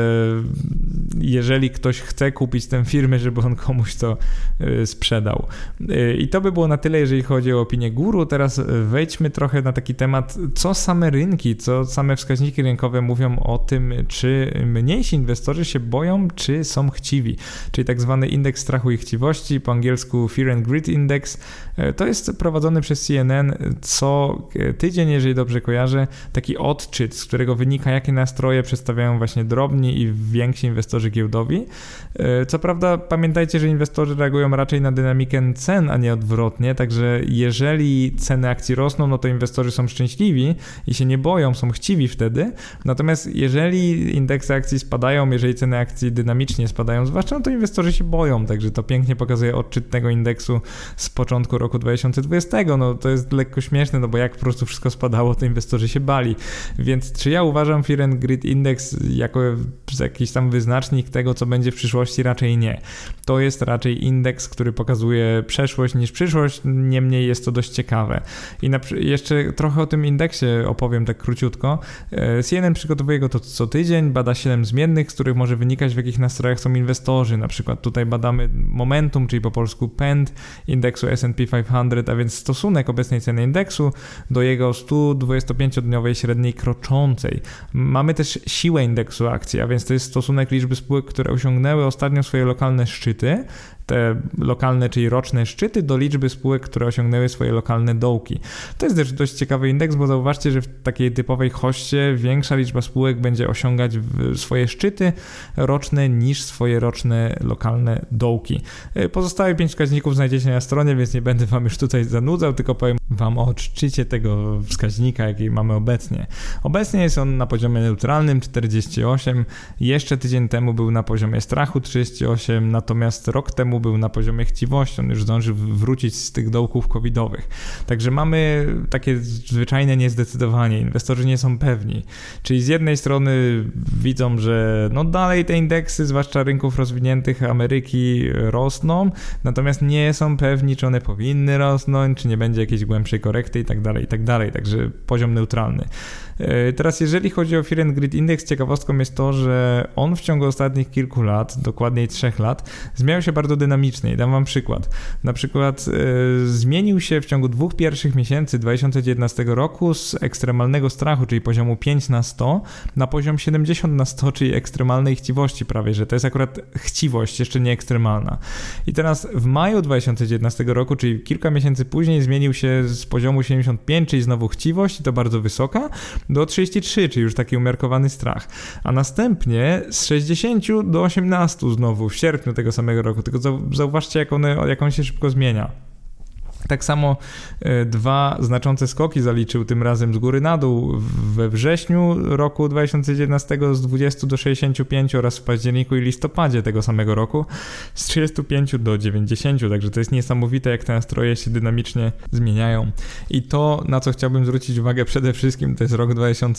jeżeli ktoś chce kupić tę firmę, żeby on komuś to sprzedał. I to by było na tyle, jeżeli chodzi o opinię guru. Teraz wejdźmy trochę na taki temat, co same rynki, co same wskaźniki rynkowe mówią o tym, czy mniejsi inwestorzy się boją, czy są chciwi. Czyli tak zwany indeks strachu i chciwości, po angielsku Fear and Greed Index. To jest prowadzony przez CNN co tydzień, jeżeli dobrze kojarzę, taki odczyt, z którego wynika, jakie nastroje przedstawiają właśnie drobni i więksi inwestorzy giełdowi. Co prawda pamiętajcie, że inwestorzy reagują raczej na dynamikę cen, a nie odwrotnie, także jeżeli ceny akcji rosną, no to inwestorzy są szczęśliwi i się nie boją, są chciwi wtedy. Natomiast jeżeli indeksy akcji spadają, jeżeli ceny akcji dynamicznie spadają zwłaszcza, no to inwestorzy się boją, także to pięknie pokazuje odczyt tego indeksu z początku roku 2020. No to jest lekko śmieszne, no bo jak po prostu wszystko spadało, to inwestorzy się bali. Więc czy ja uważam Fear and Greed Index jako jakiś tam wyznacznik tego, co będzie w przyszłości? Raczej nie. To jest raczej indeks, który pokazuje przeszłość niż przyszłość, niemniej jest to dość ciekawe. I jeszcze trochę o tym indeksie opowiem tak króciutko. CNN przygotowuje go to co tydzień, bada 7 zmiennych, z których może wynikać, w jakich nastrojach są inwestorzy. Na przykład tutaj badamy momentum, czyli po polsku pęd indeksu S&P 500, a więc stosunek obecnej ceny indeksu do jego 125-dniowej średniej kroczącej. Mamy też siłę indeksu akcji, a więc to jest stosunek liczby spółek, które osiągnęły ostatnio swoje lokalne szczyty, te lokalne, czyli roczne szczyty, do liczby spółek, które osiągnęły swoje lokalne dołki. To jest też dość ciekawy indeks, bo zauważcie, że w takiej typowej hoście większa liczba spółek będzie osiągać swoje szczyty roczne niż swoje roczne lokalne dołki. Pozostałe 5 wskaźników znajdziecie na stronie, więc nie będę wam już tutaj zanudzał, tylko powiem wam o odczycie tego wskaźnika, jaki mamy obecnie. Obecnie jest on na poziomie neutralnym 48, jeszcze tydzień temu był na poziomie strachu 38, natomiast rok temu był na poziomie chciwości, on już zdąży wrócić z tych dołków covidowych. Także mamy takie zwyczajne niezdecydowanie, inwestorzy nie są pewni. Czyli z jednej strony widzą, że no dalej te indeksy, zwłaszcza rynków rozwiniętych Ameryki, rosną, natomiast nie są pewni, czy one powinny rosnąć, czy nie będzie jakiejś głębszej korekty i tak dalej, także poziom neutralny. Teraz jeżeli chodzi o Fear and Greed Index, ciekawostką jest to, że on w ciągu ostatnich kilku lat, dokładniej 3 lat, zmieniał się bardzo dynamicznie. Dam wam przykład. Na przykład zmienił się w ciągu 2 pierwszych miesięcy 2019 roku z ekstremalnego strachu, czyli poziomu 5 na 100, na poziom 70 na 100, czyli ekstremalnej chciwości prawie, że to jest akurat chciwość, jeszcze nie ekstremalna. I teraz w maju 2019 roku, czyli kilka miesięcy później, zmienił się z poziomu 75, czyli znowu chciwość, i to bardzo wysoka, do 33, czyli już taki umiarkowany strach. A następnie z 60 do 18 znowu w sierpniu tego samego roku. Tylko zauważcie, jak on się szybko zmienia. Tak samo 2 znaczące skoki zaliczył tym razem z góry na dół we wrześniu roku 2019 z 20 do 65 oraz w październiku i listopadzie tego samego roku z 35 do 90, także to jest niesamowite, jak te nastroje się dynamicznie zmieniają. I to, na co chciałbym zwrócić uwagę przede wszystkim, to jest rok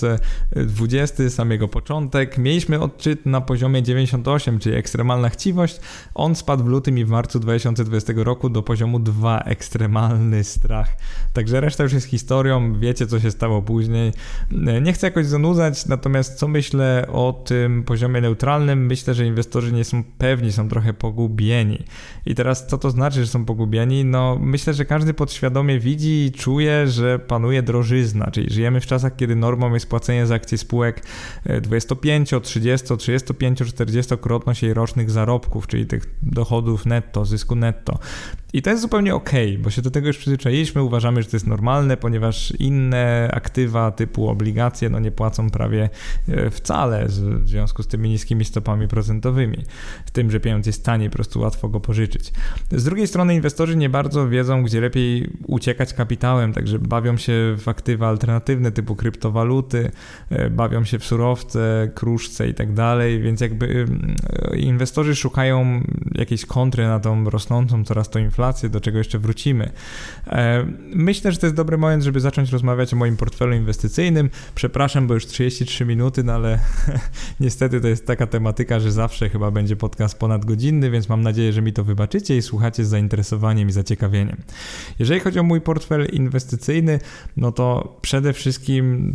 2020, sam jego początek. Mieliśmy odczyt na poziomie 98, czyli ekstremalna chciwość. On spadł w lutym i w marcu 2020 roku do poziomu 2, ekstremalny strach. Także reszta już jest historią, wiecie, co się stało później. Nie chcę jakoś zanudzać, natomiast co myślę o tym poziomie neutralnym? Myślę, że inwestorzy nie są pewni, są trochę pogubieni. I teraz co to znaczy, że są pogubieni? No myślę, że każdy podświadomie widzi i czuje, że panuje drożyzna, czyli żyjemy w czasach, kiedy normą jest płacenie za akcje spółek 25, 30, 35, 40-krotność jej rocznych zarobków, czyli tych dochodów netto, zysku netto. I to jest zupełnie okej, bo się do tego już przyzwyczailiśmy, uważamy, że to jest normalne, ponieważ inne aktywa typu obligacje nie płacą prawie wcale w związku z tymi niskimi stopami procentowymi. W tym, że pieniądz jest tani, po prostu łatwo go pożyczyć. Z drugiej strony inwestorzy nie bardzo wiedzą, gdzie lepiej uciekać kapitałem, także bawią się w aktywa alternatywne typu kryptowaluty, bawią się w surowce, kruszce i tak dalej, więc jakby inwestorzy szukają jakiejś kontry na tą rosnącą coraz to inflację, do czego jeszcze wrócimy. Myślę, że to jest dobry moment, żeby zacząć rozmawiać o moim portfelu inwestycyjnym. Przepraszam, bo już 33 minuty, ale niestety to jest taka tematyka, że zawsze chyba będzie podcast ponadgodzinny, więc mam nadzieję, że mi to wybaczycie i słuchacie z zainteresowaniem i zaciekawieniem. Jeżeli chodzi o mój portfel inwestycyjny, to przede wszystkim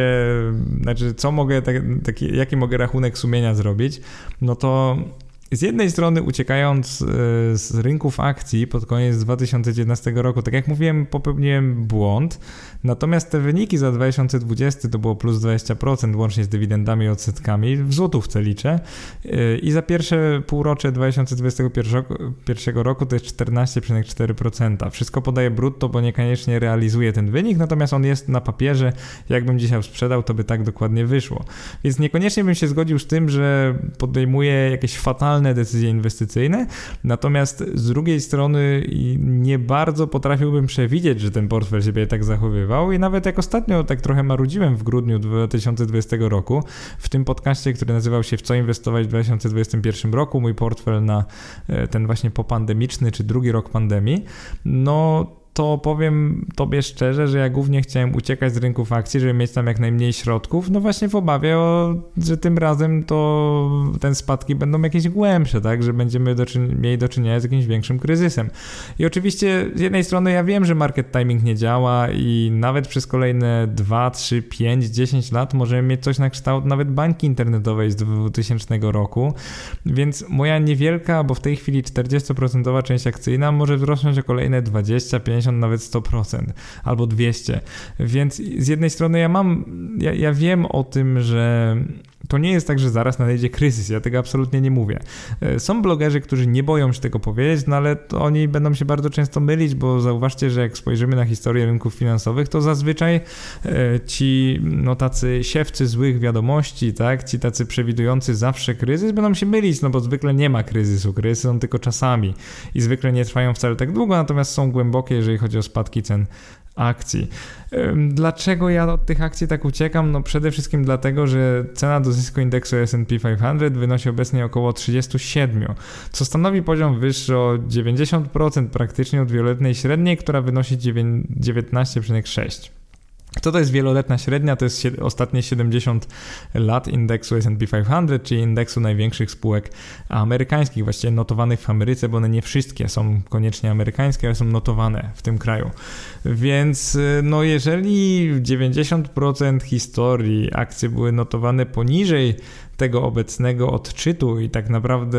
jaki mogę rachunek sumienia zrobić, to z jednej strony uciekając z rynków akcji pod koniec 2019 roku, tak jak mówiłem, popełniłem błąd, natomiast te wyniki za 2020 to było plus 20% łącznie z dywidendami i odsetkami, w złotówce liczę, i za pierwsze półrocze 2021 roku to jest 14,4%. Wszystko podaję brutto, bo niekoniecznie realizuję ten wynik, natomiast on jest na papierze, jakbym dzisiaj sprzedał, to by tak dokładnie wyszło. Więc niekoniecznie bym się zgodził z tym, że podejmuję jakieś fatalne decyzje inwestycyjne, natomiast z drugiej strony nie bardzo potrafiłbym przewidzieć, że ten portfel się tak zachowywał i nawet jak ostatnio tak trochę marudziłem w grudniu 2020 roku w tym podcaście, który nazywał się W co inwestować w 2021 roku, mój portfel na ten właśnie popandemiczny czy drugi rok pandemii, to powiem tobie szczerze, że ja głównie chciałem uciekać z rynków akcji, żeby mieć tam jak najmniej środków, właśnie w obawie, że tym razem to te spadki będą jakieś głębsze, tak, że będziemy mieli do czynienia z jakimś większym kryzysem. I oczywiście z jednej strony ja wiem, że market timing nie działa i nawet przez kolejne 2, 3, 5, 10 lat możemy mieć coś na kształt nawet bańki internetowej z 2000 roku, więc moja niewielka, bo w tej chwili 40% część akcyjna może wzrosnąć o kolejne 20, 50, nawet 100% albo 200, więc z jednej strony ja wiem o tym, że to nie jest tak, że zaraz nadejdzie kryzys, ja tego absolutnie nie mówię. Są blogerzy, którzy nie boją się tego powiedzieć, ale to oni będą się bardzo często mylić, bo zauważcie, że jak spojrzymy na historię rynków finansowych, to zazwyczaj ci tacy siewcy złych wiadomości, tak, ci tacy przewidujący zawsze kryzys będą się mylić, bo zwykle nie ma kryzysu, kryzysy są tylko czasami i zwykle nie trwają wcale tak długo, natomiast są głębokie, jeżeli chodzi o spadki cen akcji. Dlaczego ja od tych akcji tak uciekam? Przede wszystkim dlatego, że cena do zysku indeksu S&P 500 wynosi obecnie około 37, co stanowi poziom wyższy o 90% praktycznie od wieloletniej średniej, która wynosi 19,6. Co to jest wieloletnia średnia? To jest ostatnie 70 lat indeksu S&P 500, czyli indeksu największych spółek amerykańskich, właściwie notowanych w Ameryce, bo one nie wszystkie są koniecznie amerykańskie, ale są notowane w tym kraju. Więc jeżeli 90% historii akcje były notowane poniżej tego obecnego odczytu i tak naprawdę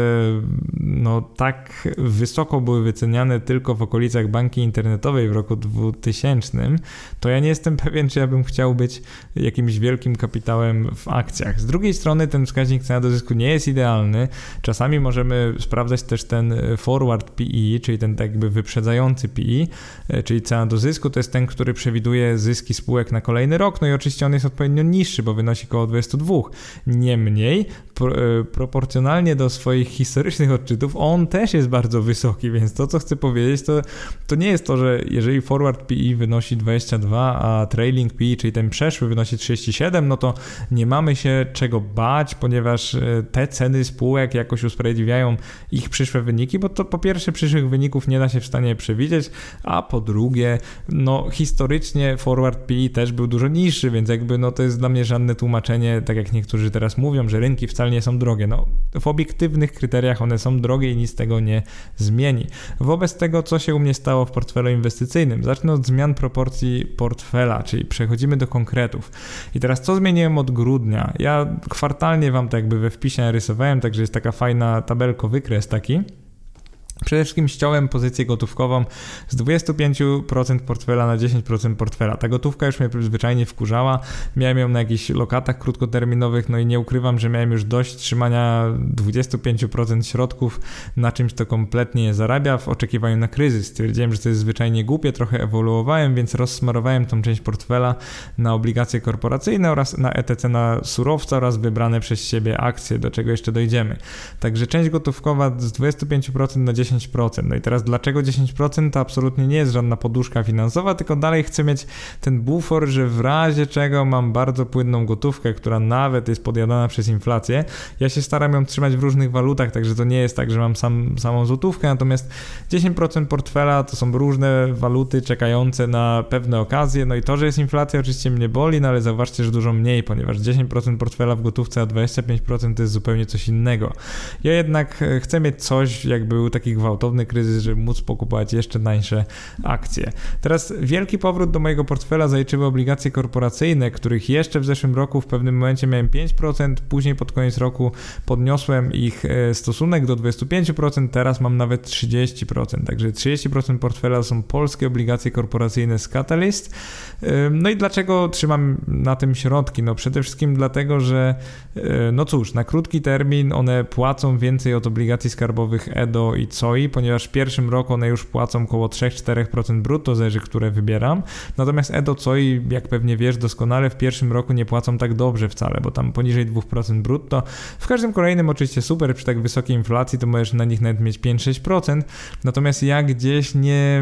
tak wysoko były wyceniane tylko w okolicach bańki internetowej w roku 2000, to ja nie jestem pewien, czy ja bym chciał być jakimś wielkim kapitałem w akcjach. Z drugiej strony ten wskaźnik cena do zysku nie jest idealny. Czasami możemy sprawdzać też ten forward PE, czyli ten tak jakby wyprzedzający PE, czyli cena do zysku, to jest ten, który przewiduje zyski spółek na kolejny rok, i oczywiście on jest odpowiednio niższy, bo wynosi około 22. Niemniej proporcjonalnie do swoich historycznych odczytów on też jest bardzo wysoki, więc to, co chcę powiedzieć, to nie jest to, że jeżeli forward PE wynosi 22, a trailing PE, czyli ten przeszły, wynosi 37, to nie mamy się czego bać, ponieważ te ceny spółek jakoś usprawiedliwiają ich przyszłe wyniki, bo to po pierwsze przyszłych wyników nie da się w stanie przewidzieć, a po drugie, historycznie forward PE też był dużo niższy, więc jakby to jest dla mnie żadne tłumaczenie, tak jak niektórzy teraz mówią, że rynki wcale nie są drogie. W obiektywnych kryteriach one są drogie i nic tego nie zmieni. Wobec tego, co się u mnie stało w portfelu inwestycyjnym? Zacznę od zmian proporcji portfela, czyli przechodzimy do konkretów. I teraz co zmieniłem od grudnia? Ja kwartalnie wam to jakby we wpisie narysowałem, także jest taka fajna tabelko, wykres taki. Przede wszystkim ściąłem pozycję gotówkową z 25% portfela na 10% portfela. Ta gotówka już mnie zwyczajnie wkurzała. Miałem ją na jakichś lokatach krótkoterminowych, no i nie ukrywam, że miałem już dość trzymania 25% środków na czymś, to kompletnie nie zarabia w oczekiwaniu na kryzys. Stwierdziłem, że to jest zwyczajnie głupie, trochę ewoluowałem, więc rozsmarowałem tą część portfela na obligacje korporacyjne oraz na ETC, na surowce oraz wybrane przez siebie akcje, do czego jeszcze dojdziemy. Także część gotówkowa z 25% na 10%. No i teraz dlaczego 10%? To absolutnie nie jest żadna poduszka finansowa, tylko dalej chcę mieć ten bufor, że w razie czego mam bardzo płynną gotówkę, która nawet jest podjadana przez inflację. Ja się staram ją trzymać w różnych walutach, także to nie jest tak, że mam samą złotówkę, natomiast 10% portfela to są różne waluty czekające na pewne okazje, no i to, że jest inflacja oczywiście mnie boli, no ale zauważcie, że dużo mniej, ponieważ 10% portfela w gotówce, a 25% to jest zupełnie coś innego. Ja jednak chcę mieć coś, jak był taki gwałtowny kryzys, żeby móc pokupować jeszcze tańsze akcje. Teraz wielki powrót do mojego portfela zaliczyły obligacje korporacyjne, których jeszcze w zeszłym roku w pewnym momencie miałem 5%, później pod koniec roku podniosłem ich stosunek do 25%, teraz mam nawet 30%, także 30% portfela są polskie obligacje korporacyjne z Catalyst. No i dlaczego trzymam na tym środki? No przede wszystkim dlatego, że no cóż, na krótki termin one płacą więcej od obligacji skarbowych EDO i COI, ponieważ w pierwszym roku one już płacą około 3-4% brutto, zależy, które wybieram. Natomiast EDO, COI, jak pewnie wiesz doskonale, w pierwszym roku nie płacą tak dobrze wcale, bo tam poniżej 2% brutto. W każdym kolejnym oczywiście super, przy tak wysokiej inflacji to możesz na nich nawet mieć 5-6%. Natomiast ja gdzieś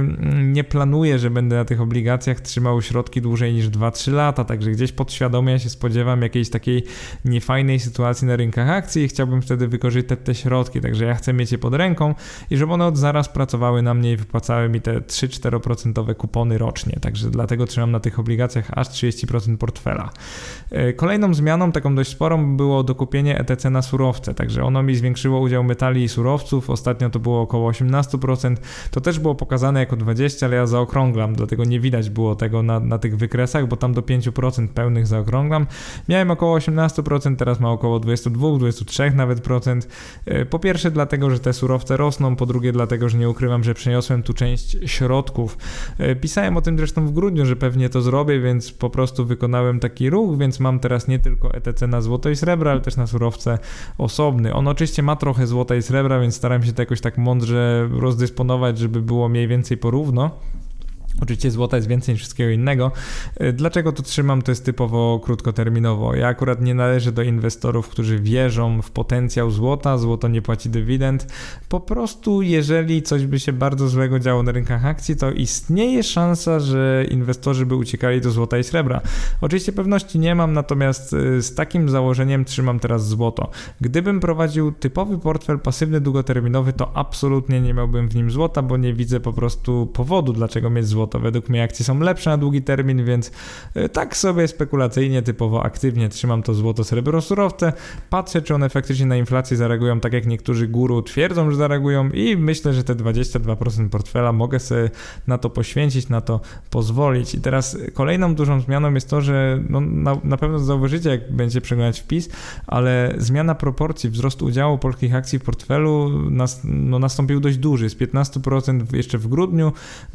nie planuję, że będę na tych obligacjach trzymał środki dłużej niż 2-3 lata, także gdzieś podświadomie się spodziewam jakiejś takiej niefajnej sytuacji na rynkach akcji i chciałbym wtedy wykorzystać te środki, także ja chcę mieć je pod ręką i żeby one od zaraz pracowały na mnie i wypłacały mi te 3-4% kupony rocznie, także dlatego trzymam na tych obligacjach aż 30% portfela. Kolejną zmianą, taką dość sporą, było dokupienie ETC na surowce, także ono mi zwiększyło udział metali i surowców, ostatnio to było około 18%, to też było pokazane jako 20%, ale ja zaokrąglam, dlatego nie widać było tego na tych wykresach, bo tam do 5% pełnych zaokrąglam. Miałem około 18%, teraz ma około 22-23 nawet procent. Po pierwsze dlatego, że te surowce rosną, po drugie dlatego, że nie ukrywam, że przeniosłem tu część środków. Pisałem o tym zresztą w grudniu, że pewnie to zrobię, więc po prostu wykonałem taki ruch, więc mam teraz nie tylko ETC na złoto i srebro, ale też na surowce osobny. On oczywiście ma trochę złota i srebra, więc staram się to jakoś tak mądrze rozdysponować, żeby było mniej więcej porówno. Oczywiście złota jest więcej niż wszystkiego innego. Dlaczego to trzymam? To jest typowo krótkoterminowo. Ja akurat nie należę do inwestorów, którzy wierzą w potencjał złota. Złoto nie płaci dywidend. Po prostu jeżeli coś by się bardzo złego działo na rynkach akcji, to istnieje szansa, że inwestorzy by uciekali do złota i srebra. Oczywiście pewności nie mam, natomiast z takim założeniem trzymam teraz złoto. Gdybym prowadził typowy portfel pasywny, długoterminowy, to absolutnie nie miałbym w nim złota, bo nie widzę po prostu powodu, dlaczego mieć złoto. Według mnie akcje są lepsze na długi termin, więc tak sobie spekulacyjnie, typowo aktywnie trzymam to złoto, srebro, surowce. Patrzę, czy one faktycznie na inflację zareagują tak, jak niektórzy guru twierdzą, że zareagują i myślę, że te 22% portfela mogę sobie na to poświęcić, na to pozwolić. I teraz kolejną dużą zmianą jest to, że no, na pewno zauważycie, jak będziecie przeglądać wpis, ale zmiana proporcji wzrostu udziału polskich akcji w portfelu nastąpił dość duży, z 15% jeszcze w grudniu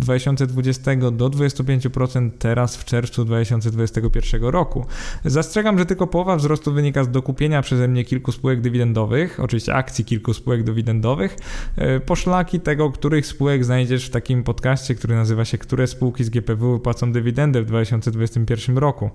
2020 do 25% teraz w czerwcu 2021 roku. Zastrzegam, że tylko połowa wzrostu wynika z dokupienia przeze mnie kilku spółek dywidendowych, oczywiście akcji kilku spółek dywidendowych. Poszlaki tego, których spółek znajdziesz w takim podcaście, który nazywa się "Które spółki z GPW wypłacą dywidendę w 2021 roku".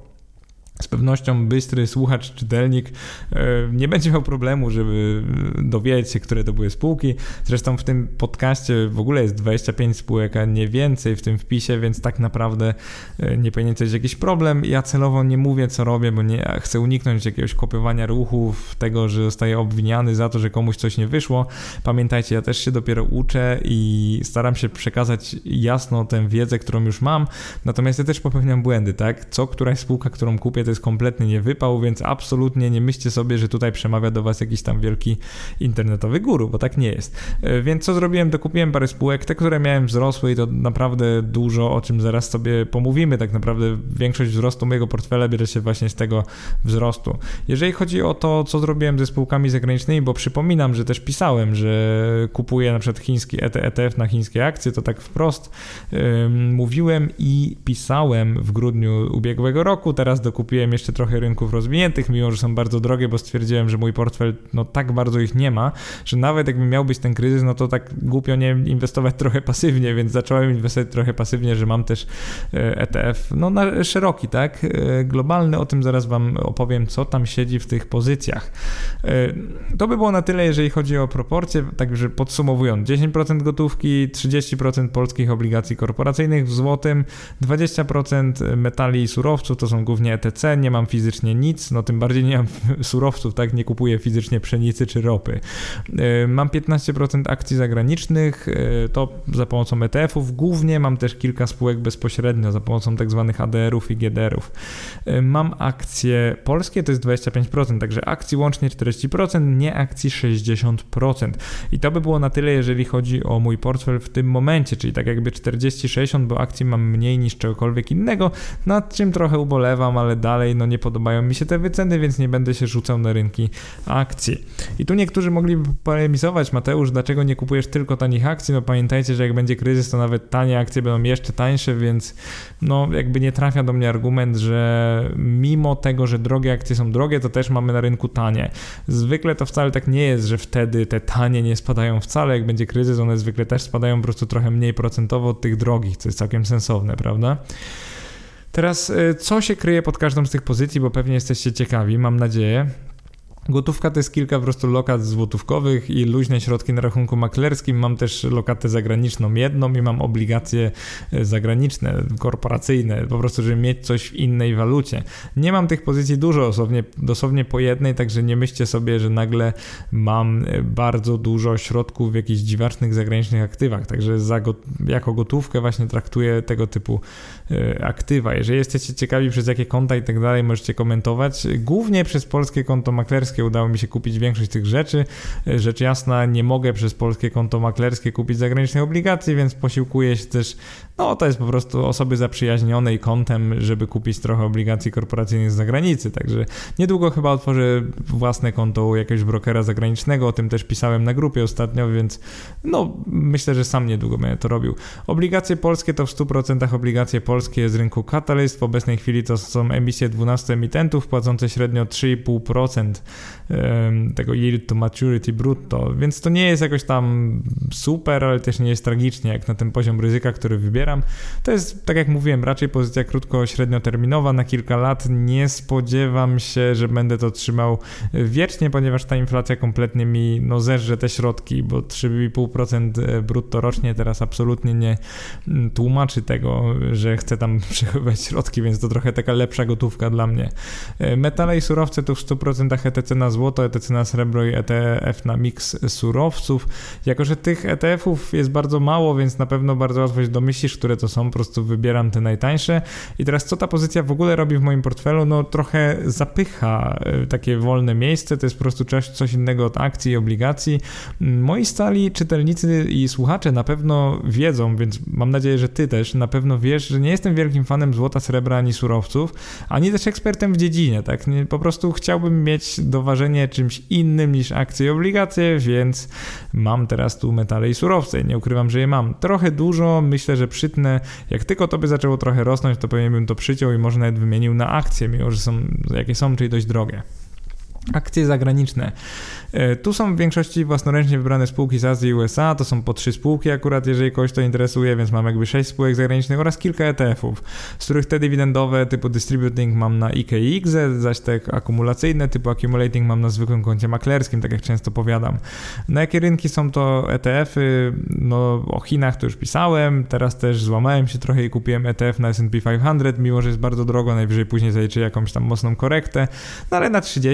Z pewnością bystry słuchacz, czytelnik nie będzie miał problemu, żeby dowiedzieć się, które to były spółki. Zresztą w tym podcaście w ogóle jest 25 spółek, a nie więcej w tym wpisie, więc tak naprawdę nie powinien to być jakiś problem. Ja celowo nie mówię, co robię, bo nie chcę uniknąć jakiegoś kopiowania ruchów, tego, że zostaję obwiniany za to, że komuś coś nie wyszło. Pamiętajcie, ja też się dopiero uczę i staram się przekazać jasno tę wiedzę, którą już mam, natomiast ja też popełniam błędy, tak? Co któraś spółka, którą kupię, to jest kompletny niewypał, więc absolutnie nie myślcie sobie, że tutaj przemawia do was jakiś tam wielki internetowy guru, bo tak nie jest. Więc co zrobiłem? Dokupiłem parę spółek, te, które miałem wzrosły i to naprawdę dużo, o czym zaraz sobie pomówimy. Tak naprawdę większość wzrostu mojego portfela bierze się właśnie z tego wzrostu. Jeżeli chodzi o to, co zrobiłem ze spółkami zagranicznymi, bo przypominam, że też pisałem, że kupuję na przykład chiński ETF na chińskie akcje, to tak wprost mówiłem i pisałem w grudniu ubiegłego roku. Teraz dokupiłem jeszcze trochę rynków rozwiniętych, mimo że są bardzo drogie, bo stwierdziłem, że mój portfel tak bardzo ich nie ma, że nawet jakby miał być ten kryzys, no to tak głupio nie inwestować trochę pasywnie, więc zacząłem inwestować trochę pasywnie, że mam też ETF, na szeroki, tak, globalny, o tym zaraz wam opowiem, co tam siedzi w tych pozycjach. To by było na tyle, jeżeli chodzi o proporcje, także podsumowując, 10% gotówki, 30% polskich obligacji korporacyjnych w złotym, 20% metali i surowców, to są głównie ETC, nie mam fizycznie nic, tym bardziej nie mam surowców, tak, nie kupuję fizycznie pszenicy czy ropy. Mam 15% akcji zagranicznych, to za pomocą ETF-ów, głównie mam też kilka spółek bezpośrednio, za pomocą tak zwanych ADR-ów i GDR-ów. Mam akcje polskie, to jest 25%, także akcji łącznie 40%, nie akcji 60%. I to by było na tyle, jeżeli chodzi o mój portfel w tym momencie, czyli tak jakby 40-60, bo akcji mam mniej niż czegokolwiek innego, nad czym trochę ubolewam, ale dalej nie podobają mi się te wyceny, więc nie będę się rzucał na rynki akcji. I tu niektórzy mogliby polemizować: Mateusz, dlaczego nie kupujesz tylko tanich akcji? Pamiętajcie, że jak będzie kryzys, to nawet tanie akcje będą jeszcze tańsze, więc jakby nie trafia do mnie argument, że mimo tego, że drogie akcje są drogie, to też mamy na rynku tanie. Zwykle to wcale tak nie jest, że wtedy te tanie nie spadają wcale, jak będzie kryzys, one zwykle też spadają po prostu trochę mniej procentowo od tych drogich, co jest całkiem sensowne, prawda? Teraz, co się kryje pod każdą z tych pozycji, bo pewnie jesteście ciekawi, mam nadzieję. Gotówka to jest kilka po prostu lokat złotówkowych i luźne środki na rachunku maklerskim. Mam też lokatę zagraniczną jedną i mam obligacje zagraniczne, korporacyjne, po prostu, żeby mieć coś w innej walucie. Nie mam tych pozycji dużo, dosłownie po jednej, także nie myślcie sobie, że nagle mam bardzo dużo środków w jakichś dziwacznych zagranicznych aktywach, także jako gotówkę właśnie traktuję tego typu aktywa. Jeżeli jesteście ciekawi, przez jakie konta i tak dalej, możecie komentować. Głównie przez polskie konto maklerskie udało mi się kupić większość tych rzeczy. Rzecz jasna, nie mogę przez polskie konto maklerskie kupić zagranicznych obligacji, więc posiłkuję się też, to jest po prostu osoby zaprzyjaźnionej kontem, żeby kupić trochę obligacji korporacyjnych z zagranicy, także niedługo chyba otworzę własne konto u jakiegoś brokera zagranicznego, o tym też pisałem na grupie ostatnio, więc myślę, że sam niedługo będę to robił. Obligacje polskie to w 100% obligacje polskie z rynku Catalyst. W obecnej chwili to są emisje 12 emitentów płacące średnio 3,5% tego yield to maturity brutto, więc to nie jest jakoś tam super, ale też nie jest tragicznie jak na ten poziom ryzyka, który wybieram. To jest, tak jak mówiłem, raczej pozycja krótko-średnioterminowa na kilka lat. Nie spodziewam się, że będę to trzymał wiecznie, ponieważ ta inflacja kompletnie mi zeżre te środki, bo 3,5% brutto rocznie teraz absolutnie nie tłumaczy tego, że chcę tam przechowywać środki, więc to trochę taka lepsza gotówka dla mnie. Metale i surowce to w 100% ETC na złoto, ETC na srebro i ETF na miks surowców. Jako że tych ETF-ów jest bardzo mało, więc na pewno bardzo łatwo się domyślisz, które to są, po prostu wybieram te najtańsze. I teraz co ta pozycja w ogóle robi w moim portfelu? Trochę zapycha takie wolne miejsce, to jest po prostu coś innego od akcji i obligacji. Moi stali czytelnicy i słuchacze na pewno wiedzą, więc mam nadzieję, że ty też na pewno wiesz, że nie jestem wielkim fanem złota, srebra ani surowców, ani też ekspertem w dziedzinie, tak? Po prostu chciałbym mieć doważenie czymś innym niż akcje i obligacje, więc mam teraz tu metale i surowce. Nie ukrywam, że je mam trochę dużo, myślę, że przytnę. Jak tylko to by zaczęło trochę rosnąć, to pewnie bym to przyciął i może nawet wymienił na akcje, mimo że są jakie są, czyli dość drogie. Akcje zagraniczne. Tu są w większości własnoręcznie wybrane spółki z Azji i USA, to są po 3 spółki akurat, jeżeli kogoś to interesuje, więc mam jakby 6 spółek zagranicznych oraz kilka ETF-ów, z których te dywidendowe typu distributing mam na IKE i IGZE, zaś te akumulacyjne typu accumulating mam na zwykłym koncie maklerskim, tak jak często powiadam. Na jakie rynki są to ETF-y? O Chinach to już pisałem, teraz też złamałem się trochę i kupiłem ETF na S&P 500, mimo że jest bardzo drogo, najwyżej później zaliczę jakąś tam mocną korektę, ale na 30-40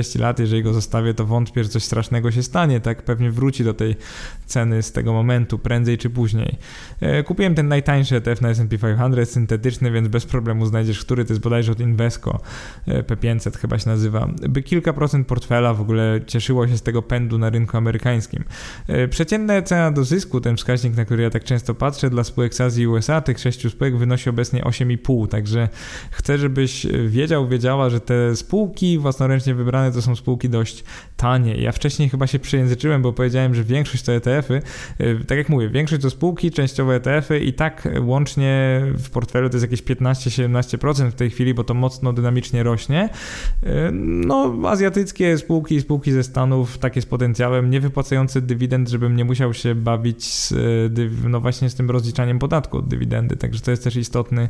ilości lat, jeżeli go zostawię, to wątpię, że coś strasznego się stanie, tak? Pewnie wróci do tej ceny z tego momentu, prędzej czy później. Kupiłem ten najtańszy ETF na S&P 500, syntetyczny, więc bez problemu znajdziesz, który to jest bodajże od Invesco, P500 chyba się nazywa. By kilka procent portfela w ogóle cieszyło się z tego pędu na rynku amerykańskim. Przeciętna cena do zysku, ten wskaźnik, na który ja tak często patrzę, dla spółek z Azji i USA, tych 6 spółek wynosi obecnie 8,5, także chcę, żebyś wiedziała, że te spółki własnoręcznie wybrane to są spółki dość tanie. Ja wcześniej chyba się przejęzyczyłem, bo powiedziałem, że większość to ETF-y. Tak jak mówię, większość to spółki, częściowo ETF-y i tak łącznie w portfelu to jest jakieś 15-17% w tej chwili, bo to mocno dynamicznie rośnie. No, azjatyckie spółki ze Stanów, takie z potencjałem, nie wypłacające dywidend, żebym nie musiał się bawić właśnie z tym rozliczaniem podatku od dywidendy, także to jest też istotny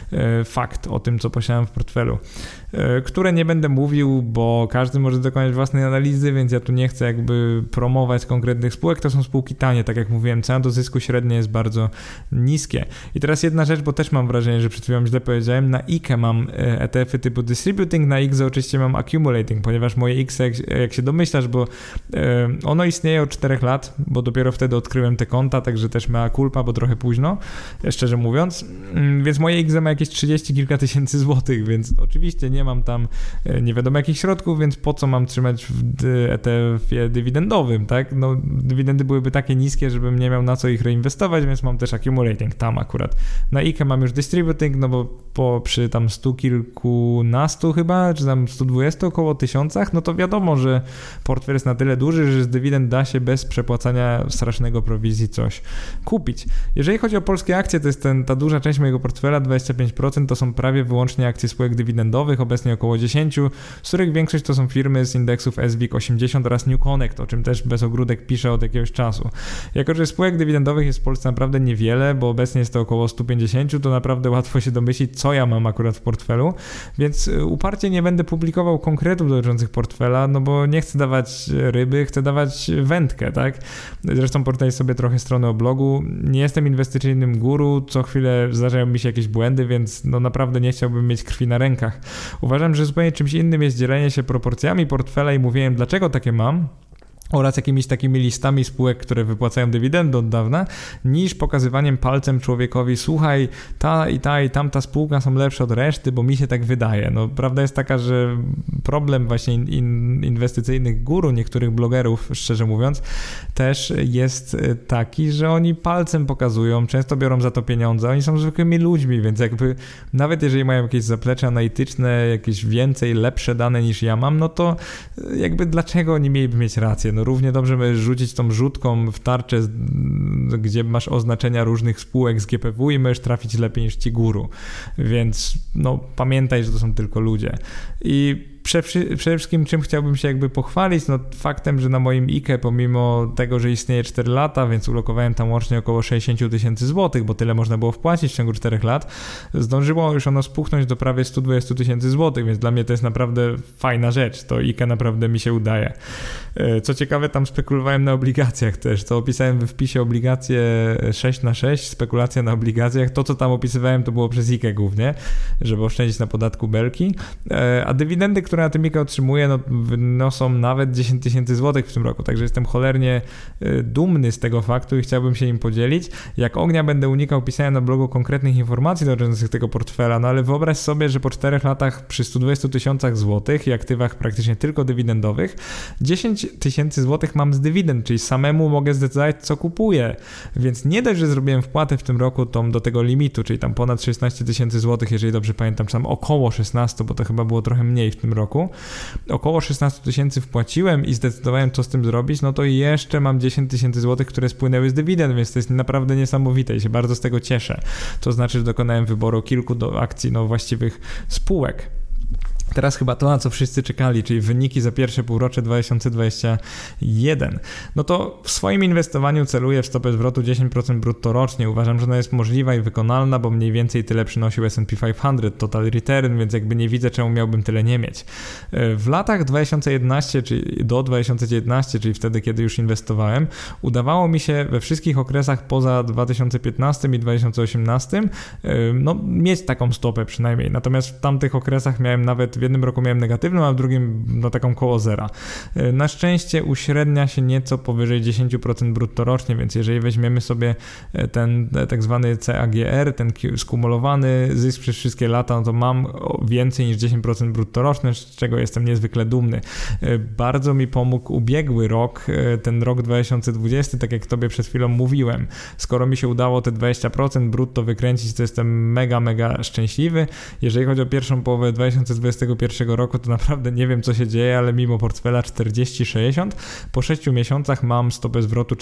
fakt o tym, co posiadam w portfelu, które nie będę mówił, bo każdy może dokonać własnej analizy, więc ja tu nie chcę jakby promować konkretnych spółek, to są spółki tanie, tak jak mówiłem, cena do zysku średnie jest bardzo niskie. I teraz jedna rzecz, bo też mam wrażenie, że przed chwilą źle powiedziałem, na IKE mam ETF-y typu Distributing, na IKZE oczywiście mam Accumulating, ponieważ moje IKZE, jak się domyślasz, bo ono istnieje od 4 lat, bo dopiero wtedy odkryłem te konta, także też mea culpa, bo trochę późno, szczerze mówiąc, więc moje IKZE ma jakieś 30 kilka tysięcy złotych, więc oczywiście nie mam tam nie wiadomo jakich środków, więc po co mam trzymać w ETF-ie dywidendowym, tak? No, dywidendy byłyby takie niskie, żebym nie miał na co ich reinwestować, więc mam też Accumulating tam akurat. Na IKE mam już Distributing, no bo przy tam 100 kilkunastu chyba, czy tam 120 około 1000, no to wiadomo, że portfel jest na tyle duży, że z dywidend da się bez przepłacania strasznego prowizji coś kupić. Jeżeli chodzi o polskie akcje, to jest ta duża część mojego portfela, 25%, to są prawie wyłącznie akcje spółek dywidendowych, obecnie około 10, z których większość to są firmy z indeksów SWIG 80 oraz New Connect, o czym też bez ogródek piszę od jakiegoś czasu. Jako że spółek dywidendowych jest w Polsce naprawdę niewiele, bo obecnie jest to około 150, to naprawdę łatwo się domyślić, co ja mam akurat w portfelu, więc uparcie nie będę publikował konkretów dotyczących portfela, no bo nie chcę dawać ryby, chcę dawać wędkę, tak? Zresztą portal sobie trochę strony o blogu, nie jestem inwestycyjnym guru, co chwilę zdarzają mi się jakieś błędy, więc no naprawdę nie chciałbym mieć krwi na rękach. Uważam, że zupełnie czymś innym jest dzielenie się proporcjami portfela i mówiłem, dlaczego takie mam, oraz jakimiś takimi listami spółek, które wypłacają dywidendy od dawna, niż pokazywaniem palcem człowiekowi, słuchaj, ta i tamta spółka są lepsze od reszty, bo mi się tak wydaje. No, prawda jest taka, że problem właśnie inwestycyjnych guru, niektórych blogerów, szczerze mówiąc, też jest taki, że oni palcem pokazują, często biorą za to pieniądze, oni są zwykłymi ludźmi, więc jakby nawet jeżeli mają jakieś zaplecze analityczne, jakieś więcej, lepsze dane niż ja mam, no to jakby dlaczego oni mieliby mieć rację? No równie dobrze możesz rzucić tą rzutką w tarczę, gdzie masz oznaczenia różnych spółek z GPW i możesz trafić lepiej niż ci guru. Więc no pamiętaj, że to są tylko ludzie. I przede wszystkim czym chciałbym się jakby pochwalić, no faktem, że na moim IKE pomimo tego, że istnieje 4 lata, więc ulokowałem tam łącznie około 60 tysięcy złotych, bo tyle można było wpłacić w ciągu 4 lat, zdążyło już ono spuchnąć do prawie 120 tysięcy złotych, więc dla mnie to jest naprawdę fajna rzecz, to IKE naprawdę mi się udaje. Co ciekawe, tam spekulowałem na obligacjach też, to opisałem we wpisie obligacje 6/6, spekulacja na obligacjach, to co tam opisywałem to było przez IKE głównie, żeby oszczędzić na podatku belki, a dywidendy, które na tym IKE otrzymuję, no wynoszą nawet 10 tysięcy złotych w tym roku, także jestem cholernie dumny z tego faktu i chciałbym się im podzielić. Jak ognia będę unikał pisania na blogu konkretnych informacji dotyczących tego portfela, no ale wyobraź sobie, że po 4 latach przy 120 tysiącach złotych i aktywach praktycznie tylko dywidendowych, 10 tysięcy złotych mam z dywidend, czyli samemu mogę zdecydować, co kupuję, więc nie dość, że zrobiłem wpłatę w tym roku do tego limitu, czyli tam ponad 16 tysięcy złotych, jeżeli dobrze pamiętam, czy tam około 16, bo to chyba było trochę mniej w tym roku, około 16 tysięcy wpłaciłem i zdecydowałem, co z tym zrobić, no to jeszcze mam 10 tysięcy złotych, które spłynęły z dywidend, więc to jest naprawdę niesamowite i się bardzo z tego cieszę. To znaczy, że dokonałem wyboru kilku akcji właściwych spółek. Teraz chyba to, na co wszyscy czekali, czyli wyniki za pierwsze półrocze 2021. No to w swoim inwestowaniu celuję w stopę zwrotu 10% brutto rocznie. Uważam, że ona jest możliwa i wykonalna, bo mniej więcej tyle przynosił S&P 500 total return, więc jakby nie widzę, czemu miałbym tyle nie mieć. W latach 2011 czyli do 2019, czyli wtedy, kiedy już inwestowałem, udawało mi się we wszystkich okresach poza 2015 i 2018 mieć taką stopę przynajmniej. Natomiast w tamtych okresach miałem nawet jednym roku miałem negatywną, a w drugim no taką koło zera. Na szczęście uśrednia się nieco powyżej 10% brutto rocznie, więc jeżeli weźmiemy sobie ten tak zwany CAGR, ten skumulowany zysk przez wszystkie lata, no to mam więcej niż 10% brutto rocznie, z czego jestem niezwykle dumny. Bardzo mi pomógł ubiegły rok, ten rok 2020, tak jak tobie przed chwilą mówiłem. Skoro mi się udało te 20% brutto wykręcić, to jestem mega szczęśliwy. Jeżeli chodzi o pierwszą połowę 2021 roku, to naprawdę nie wiem, co się dzieje, ale mimo portfela 40-60, po 6 miesiącach mam stopę zwrotu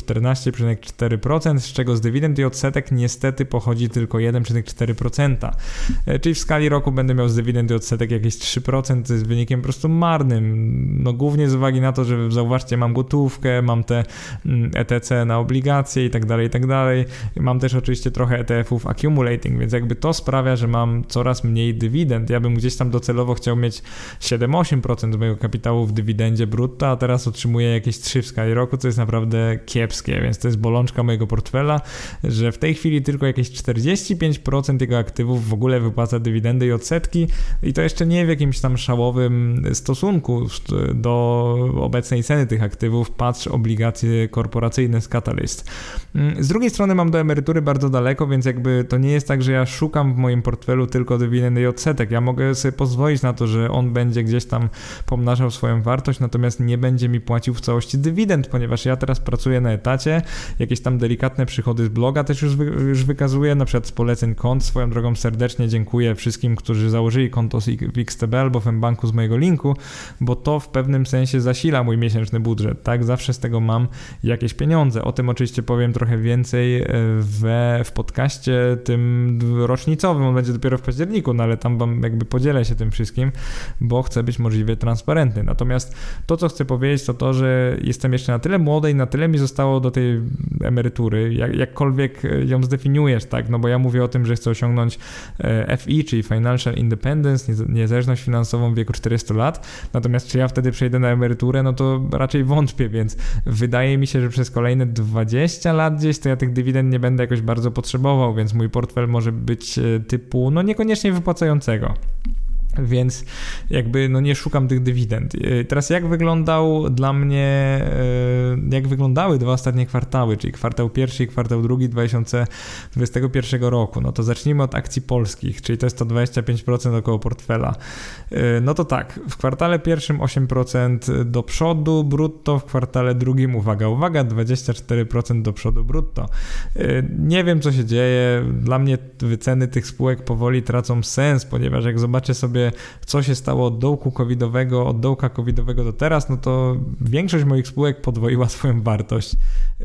14,4%, z czego z dywidend i odsetek niestety pochodzi tylko 1,4%. Czyli w skali roku będę miał z dywidend i odsetek jakieś 3%, z wynikiem po prostu marnym. No głównie z uwagi na to, że zauważcie, mam gotówkę, mam te ETC na obligacje i tak dalej. Mam też oczywiście trochę ETF-ów accumulating, więc jakby to sprawia, że mam coraz mniej dywidend. Ja bym gdzieś tam docelowo chciał mieć 7-8% mojego kapitału w dywidendzie brutto, a teraz otrzymuję jakieś 3 w skali roku, co jest naprawdę kiepskie, więc to jest bolączka mojego portfela, że w tej chwili tylko jakieś 45% jego aktywów w ogóle wypłaca dywidendy i odsetki i to jeszcze nie w jakimś tam szałowym stosunku do obecnej ceny tych aktywów, patrz obligacje korporacyjne z Catalyst. Z drugiej strony mam do emerytury bardzo daleko, więc jakby to nie jest tak, że ja szukam w moim portfelu tylko dywidendy i odsetek. Ja mogę sobie pozwolić na to, że on będzie gdzieś tam pomnażał swoją wartość, natomiast nie będzie mi płacił w całości dywidend, ponieważ ja teraz pracuję na etacie, jakieś tam delikatne przychody z bloga też już wykazuję, na przykład z poleceń kont. Swoją drogą serdecznie dziękuję wszystkim, którzy założyli konto w XTB albo w mBanku z mojego linku, bo to w pewnym sensie zasila mój miesięczny budżet, tak? Zawsze z tego mam jakieś pieniądze. O tym oczywiście powiem trochę więcej w podcaście tym rocznicowym, on będzie dopiero w październiku, no ale tam wam jakby podzielę się tym wszystkim, bo chcę być możliwie transparentny. Natomiast to, co chcę powiedzieć, to to, że jestem jeszcze na tyle młody i na tyle mi zostało do tej emerytury, jakkolwiek ją zdefiniujesz, tak? No bo ja mówię o tym, że chcę osiągnąć FI, czyli Financial Independence, niezależność finansową w wieku 40 lat, natomiast czy ja wtedy przejdę na emeryturę, no to raczej wątpię, więc wydaje mi się, że przez kolejne 20 lat gdzieś to ja tych dywidend nie będę jakoś bardzo potrzebował, więc mój portfel może być typu, no niekoniecznie wypłacającego. Więc jakby no nie szukam tych dywidend. Teraz jak wyglądały 2 ostatnie kwartały, czyli kwartał pierwszy i kwartał drugi 2021 roku, no to zacznijmy od akcji polskich, czyli to jest to 25% około portfela. No to tak, w kwartale pierwszym 8% do przodu brutto, w kwartale drugim, uwaga, 24% do przodu brutto. Nie wiem, co się dzieje, dla mnie wyceny tych spółek powoli tracą sens, ponieważ jak zobaczę sobie, co się stało od dołka covidowego do teraz, no to większość moich spółek podwoiła swoją wartość.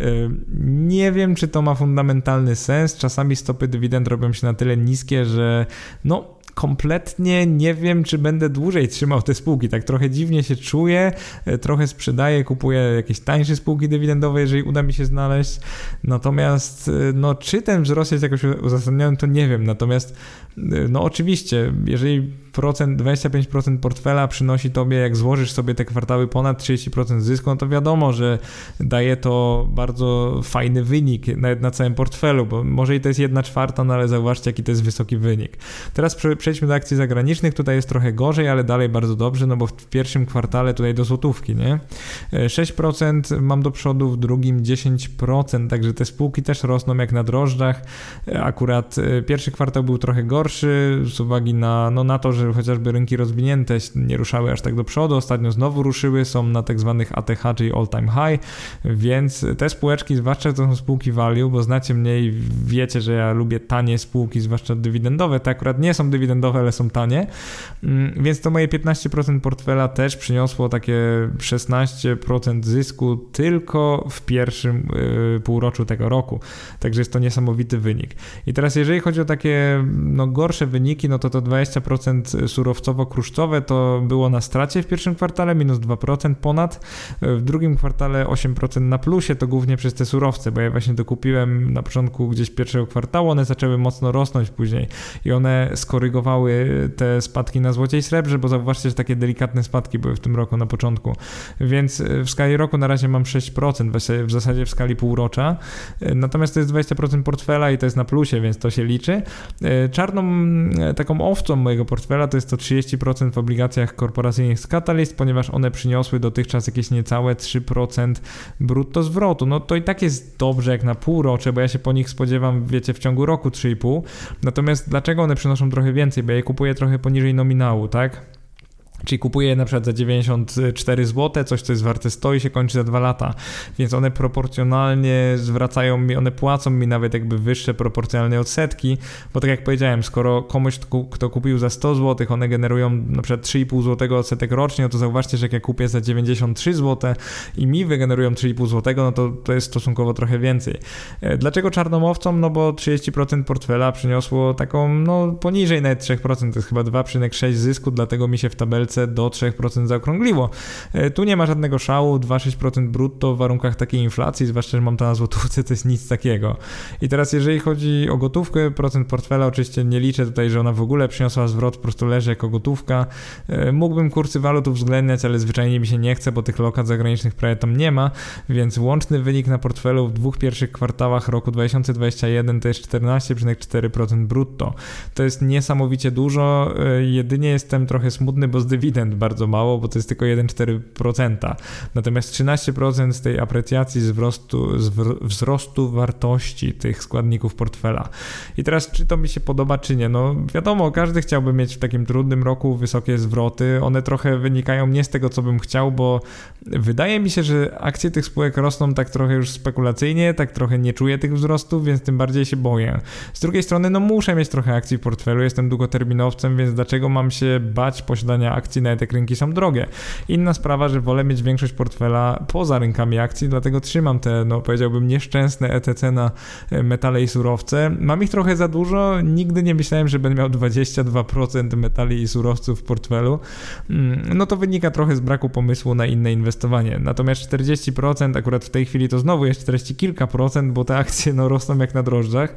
Nie wiem, czy to ma fundamentalny sens. Czasami stopy dywidend robią się na tyle niskie, że no kompletnie nie wiem, czy będę dłużej trzymał te spółki. Tak trochę dziwnie się czuję, trochę sprzedaję, kupuję jakieś tańsze spółki dywidendowe, jeżeli uda mi się znaleźć. Natomiast no, czy ten wzrost jest jakoś uzasadniony, to nie wiem. Natomiast no oczywiście, jeżeli 25% portfela przynosi tobie, jak złożysz sobie te kwartały ponad 30% zysku, no to wiadomo, że daje to bardzo fajny wynik nawet na całym portfelu, bo może i to jest 1/4, no ale zauważcie, jaki to jest wysoki wynik. Teraz przejdźmy do akcji zagranicznych, tutaj jest trochę gorzej, ale dalej bardzo dobrze, no bo w pierwszym kwartale tutaj do złotówki, nie? 6% mam do przodu, w drugim 10%, także te spółki też rosną jak na drożdżach. Akurat pierwszy kwartał był trochę gorszy z uwagi na to, że chociażby rynki rozwinięte nie ruszały aż tak do przodu, ostatnio znowu ruszyły, są na tak zwanych ATH, czyli all time high, więc te spółeczki, zwłaszcza to są spółki value, bo znacie mnie i wiecie, że ja lubię tanie spółki, zwłaszcza dywidendowe, te akurat nie są dywidendowe, ale są tanie, więc to moje 15% portfela też przyniosło takie 16% zysku tylko w pierwszym półroczu tego roku, także jest to niesamowity wynik. I teraz jeżeli chodzi o takie gorsze wyniki, no to 20% surowcowo-kruszcowe to było na stracie w pierwszym kwartale, minus 2% ponad, w drugim kwartale 8% na plusie, to głównie przez te surowce, bo ja właśnie dokupiłem na początku gdzieś pierwszego kwartału, one zaczęły mocno rosnąć później i one skorygowały skorygowały te spadki na złocie i srebrze, bo zauważcie, że takie delikatne spadki były w tym roku na początku. Więc w skali roku na razie mam 6%, w zasadzie w skali półrocza. Natomiast to jest 20% portfela i to jest na plusie, więc to się liczy. Czarną taką owcą mojego portfela to jest to 30% w obligacjach korporacyjnych z Catalyst, ponieważ one przyniosły dotychczas jakieś niecałe 3% brutto zwrotu. No to i tak jest dobrze jak na półrocze, bo ja się po nich spodziewam, wiecie, w ciągu roku 3,5. Natomiast dlaczego one przynoszą trochę więcej? Bo ja je kupuję trochę poniżej nominału, tak? Czyli kupuję na przykład za 94 zł, coś co jest warte 100 i się kończy za 2 lata, więc one proporcjonalnie zwracają mi, one płacą mi nawet jakby wyższe proporcjonalnie odsetki, bo tak jak powiedziałem, skoro komuś, kto kupił za 100 zł, one generują na przykład 3,5 zł odsetek rocznie, no to zauważcie, że jak ja kupię za 93 zł i mi wygenerują 3,5 zł, no to jest stosunkowo trochę więcej. Dlaczego czarną owcą? No bo 30% portfela przyniosło taką, no poniżej nawet 3%, to jest chyba 2,6 zysku, dlatego mi się w tabelce do 3% zaokrągliło. Tu nie ma żadnego szału, 2,6% brutto w warunkach takiej inflacji, zwłaszcza, że mam to na złotówce, to jest nic takiego. I teraz jeżeli chodzi o gotówkę, procent portfela, oczywiście nie liczę tutaj, że ona w ogóle przyniosła zwrot, po prostu leży jako gotówka. Mógłbym kursy walut uwzględniać, ale zwyczajnie mi się nie chce, bo tych lokat zagranicznych prawie tam nie ma, więc łączny wynik na portfelu w 2 pierwszych kwartałach roku 2021 to jest 14,4% brutto. To jest niesamowicie dużo, jedynie jestem trochę smutny, bo z dywidend bardzo mało, bo to jest tylko 1,4%. Natomiast 13% z tej aprecjacji, z wzrostu wartości tych składników portfela. I teraz, czy to mi się podoba, czy nie? No wiadomo, każdy chciałby mieć w takim trudnym roku wysokie zwroty. One trochę wynikają nie z tego, co bym chciał, bo wydaje mi się, że akcje tych spółek rosną tak trochę już spekulacyjnie, tak trochę nie czuję tych wzrostów, więc tym bardziej się boję. Z drugiej strony, no muszę mieć trochę akcji w portfelu, jestem długoterminowcem, więc dlaczego mam się bać posiadania akcji, nawet jak rynki są drogie? Inna sprawa, że wolę mieć większość portfela poza rynkami akcji, dlatego trzymam te, no powiedziałbym, nieszczęsne ETC na metale i surowce. Mam ich trochę za dużo, nigdy nie myślałem, że będę miał 22% metali i surowców w portfelu. No to wynika trochę z braku pomysłu na inne inwestowanie. Natomiast 40%, akurat w tej chwili to znowu jest 40 kilka procent, bo te akcje no rosną jak na drożdżach.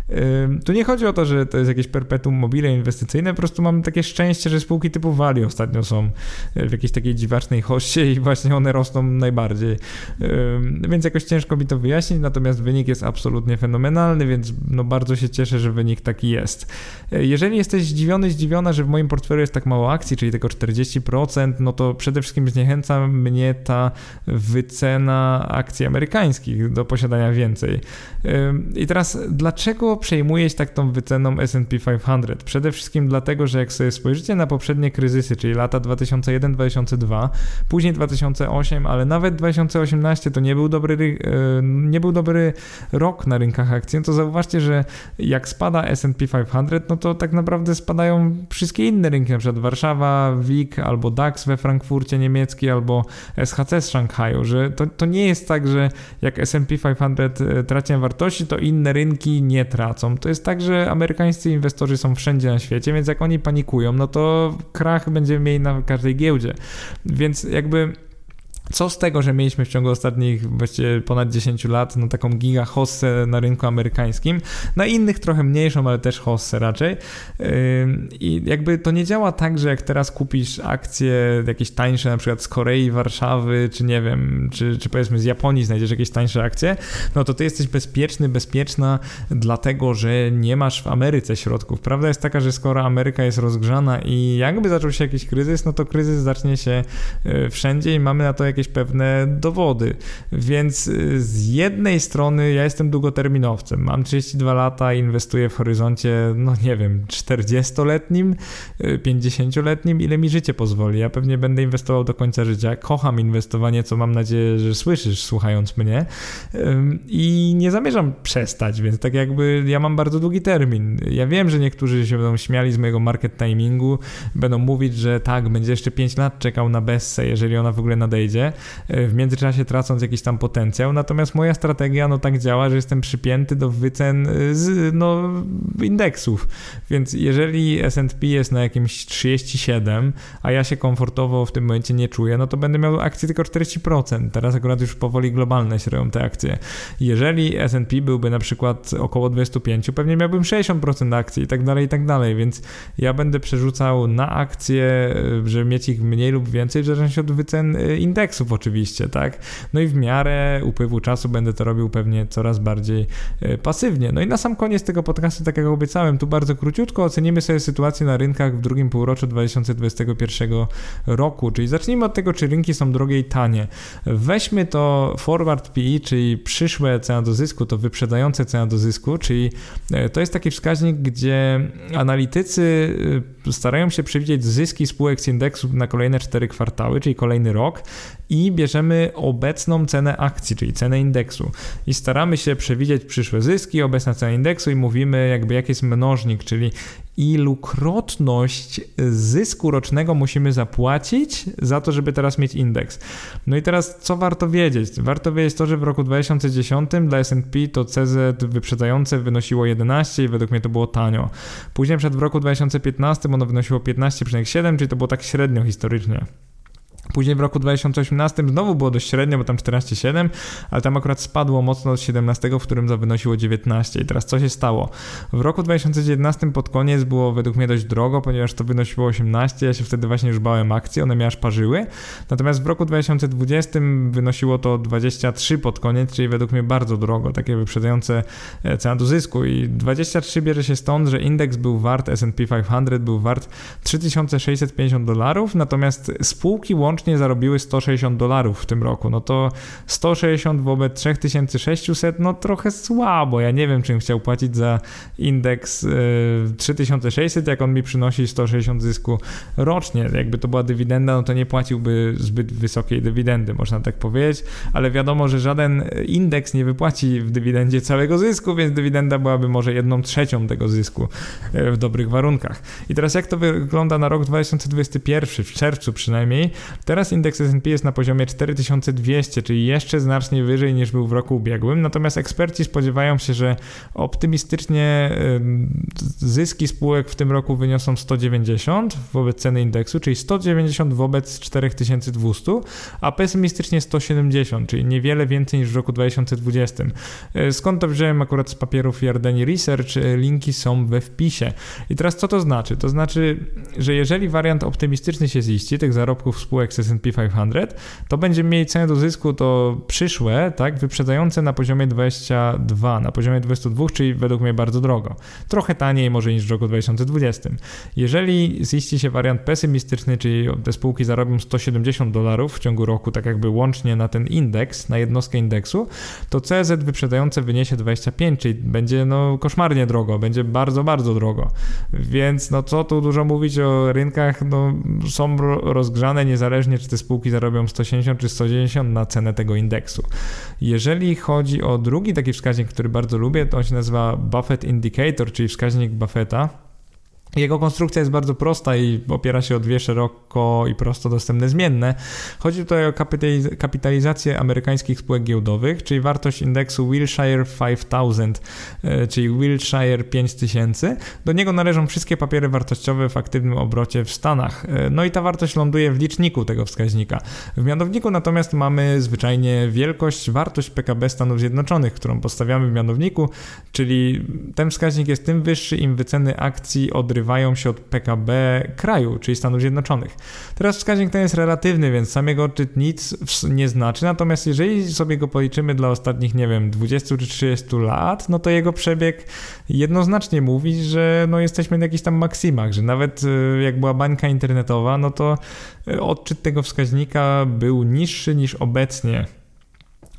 Tu nie chodzi o to, że to jest jakieś perpetuum mobile inwestycyjne, po prostu mam takie szczęście, że spółki typu Value ostatnio są w jakiejś takiej dziwacznej hoście i właśnie one rosną najbardziej. Więc jakoś ciężko mi to wyjaśnić, natomiast wynik jest absolutnie fenomenalny, więc no bardzo się cieszę, że wynik taki jest. Jeżeli jesteś zdziwiona, że w moim portfelu jest tak mało akcji, czyli tylko 40%, no to przede wszystkim zniechęca mnie ta wycena akcji amerykańskich do posiadania więcej. I teraz dlaczego przejmuję się tak tą wyceną S&P 500? Przede wszystkim dlatego, że jak sobie spojrzycie na poprzednie kryzysy, czyli lata 2001-2002, później 2008, ale nawet 2018 to nie był dobry rok na rynkach akcji, no to zauważcie, że jak spada S&P 500, no to tak naprawdę spadają wszystkie inne rynki, na przykład Warszawa, WIG, albo DAX we Frankfurcie niemiecki, albo SHC z Szanghaju, że to nie jest tak, że jak S&P 500 traci na wartości, to inne rynki nie tracą. To jest tak, że amerykańscy inwestorzy są wszędzie na świecie, więc jak oni panikują, no to krach będziemy mieli na każdej giełdzie. Więc jakby co z tego, że mieliśmy w ciągu ostatnich właściwie ponad 10 lat no taką giga hossę na rynku amerykańskim, na innych trochę mniejszą, ale też hossę raczej. I jakby to nie działa tak, że jak teraz kupisz akcje jakieś tańsze, na przykład z Korei, Warszawy, czy nie wiem, czy powiedzmy z Japonii znajdziesz jakieś tańsze akcje, no to ty jesteś bezpieczna dlatego, że nie masz w Ameryce środków. Prawda jest taka, że skoro Ameryka jest rozgrzana i jakby zaczął się jakiś kryzys, no to kryzys zacznie się wszędzie i mamy na to jakieś pewne dowody. Więc z jednej strony ja jestem długoterminowcem, mam 32 lata i inwestuję w horyzoncie, no nie wiem, 40-letnim, 50-letnim, ile mi życie pozwoli. Ja pewnie będę inwestował do końca życia. Kocham inwestowanie, co mam nadzieję, że słyszysz, słuchając mnie, i nie zamierzam przestać, więc tak jakby ja mam bardzo długi termin. Ja wiem, że niektórzy się będą śmiali z mojego market timingu, będą mówić, że tak, będzie jeszcze 5 lat czekał na Bessę, jeżeli ona w ogóle nadejdzie. razie, w międzyczasie tracąc jakiś tam potencjał, natomiast moja strategia tak działa, że jestem przypięty do wycen indeksów, więc jeżeli S&P jest na jakimś 37, a ja się komfortowo w tym momencie nie czuję, no to będę miał akcje tylko 40%. Teraz akurat już powoli globalne się robią te akcje. Jeżeli S&P byłby na przykład około 25, pewnie miałbym 60% akcji i tak dalej, więc ja będę przerzucał na akcje, żeby mieć ich mniej lub więcej, w zależności od wycen indeksów oczywiście, tak? No i w miarę upływu czasu będę to robił pewnie coraz bardziej pasywnie. No i na sam koniec tego podcastu, tak jak obiecałem, tu bardzo króciutko ocenimy sobie sytuację na rynkach w drugim półroczu 2021 roku, czyli zacznijmy od tego, czy rynki są drogie i tanie. Weźmy to forward PE, czyli przyszłe cena do zysku, to wyprzedzające cena do zysku, czyli to jest taki wskaźnik, gdzie analitycy starają się przewidzieć zyski spółek z indeksu na kolejne 4 kwartały, czyli kolejny rok i bierzemy obecną cenę akcji, czyli cenę indeksu i staramy się przewidzieć przyszłe zyski, obecna cena indeksu i mówimy jakby jaki jest mnożnik, czyli ilukrotność zysku rocznego musimy zapłacić za to, żeby teraz mieć indeks. No i teraz co warto wiedzieć? Warto wiedzieć to, że w roku 2010 dla S&P to CZ wyprzedzające wynosiło 11 i według mnie to było tanio. Później w roku 2015 ono wynosiło 15,7, czyli to było tak średnio historycznie. Później w roku 2018 znowu było dość średnio, bo tam 14,7, ale tam akurat spadło mocno od 17, w którym to wynosiło 19. I teraz co się stało? W roku 2019 pod koniec było według mnie dość drogo, ponieważ to wynosiło 18, ja się wtedy właśnie już bałem akcji, one mnie aż parzyły. Natomiast w roku 2020 wynosiło to 23 pod koniec, czyli według mnie bardzo drogo, takie wyprzedzające cena do zysku. I 23 bierze się stąd, że indeks był wart, S&P 500 był wart $3650, natomiast spółki łącznie zarobiły $160 w tym roku, no to 160 wobec 3600, no trochę słabo, ja nie wiem, czym chciał płacić za indeks 3600, jak on mi przynosi 160 zysku rocznie, jakby to była dywidenda, no to nie płaciłby zbyt wysokiej dywidendy, można tak powiedzieć, ale wiadomo, że żaden indeks nie wypłaci w dywidendzie całego zysku, więc dywidenda byłaby może 1/3 tego zysku w dobrych warunkach. I teraz jak to wygląda na rok 2021, w czerwcu przynajmniej? Teraz indeks S&P jest na poziomie 4200, czyli jeszcze znacznie wyżej niż był w roku ubiegłym, natomiast eksperci spodziewają się, że optymistycznie zyski spółek w tym roku wyniosą 190 wobec ceny indeksu, czyli 190 wobec 4200, a pesymistycznie 170, czyli niewiele więcej niż w roku 2020. Skąd to wziąłem akurat z papierów Yardeni Research, linki są we wpisie. I teraz co to znaczy? To znaczy, że jeżeli wariant optymistyczny się ziści, tych zarobków spółek z S&P 500, to będziemy mieli cenę do zysku to przyszłe, tak, wyprzedzające na poziomie 22, na poziomie 22, czyli według mnie bardzo drogo. Trochę taniej może niż w roku 2020. Jeżeli ziści się wariant pesymistyczny, czyli te spółki zarobią $170 w ciągu roku, tak jakby łącznie na ten indeks, na jednostkę indeksu, to CZ wyprzedzające wyniesie 25, czyli będzie koszmarnie drogo, będzie bardzo, bardzo drogo. Więc co tu dużo mówić o rynkach, są rozgrzane niezależnie, czy te spółki zarobią 170 czy 190 na cenę tego indeksu. Jeżeli chodzi o drugi taki wskaźnik, który bardzo lubię, to on się nazywa Buffett Indicator, czyli wskaźnik Buffetta. Jego konstrukcja jest bardzo prosta i opiera się o dwie szeroko i prosto dostępne zmienne. Chodzi tutaj o kapitalizację amerykańskich spółek giełdowych, czyli wartość indeksu Wilshire 5000, czyli Wilshire 5000. Do niego należą wszystkie papiery wartościowe w aktywnym obrocie w Stanach. No i ta wartość ląduje w liczniku tego wskaźnika. W mianowniku natomiast mamy zwyczajnie wartość PKB Stanów Zjednoczonych, którą postawiamy w mianowniku, czyli ten wskaźnik jest tym wyższy, im wyceny akcji odrywają się od PKB kraju, czyli Stanów Zjednoczonych. Teraz wskaźnik ten jest relatywny, więc sam jego odczyt nic nie znaczy, natomiast jeżeli sobie go policzymy dla ostatnich, 20 czy 30 lat, no to jego przebieg jednoznacznie mówi, że jesteśmy na jakichś tam maksimach, że nawet jak była bańka internetowa, no to odczyt tego wskaźnika był niższy niż obecnie.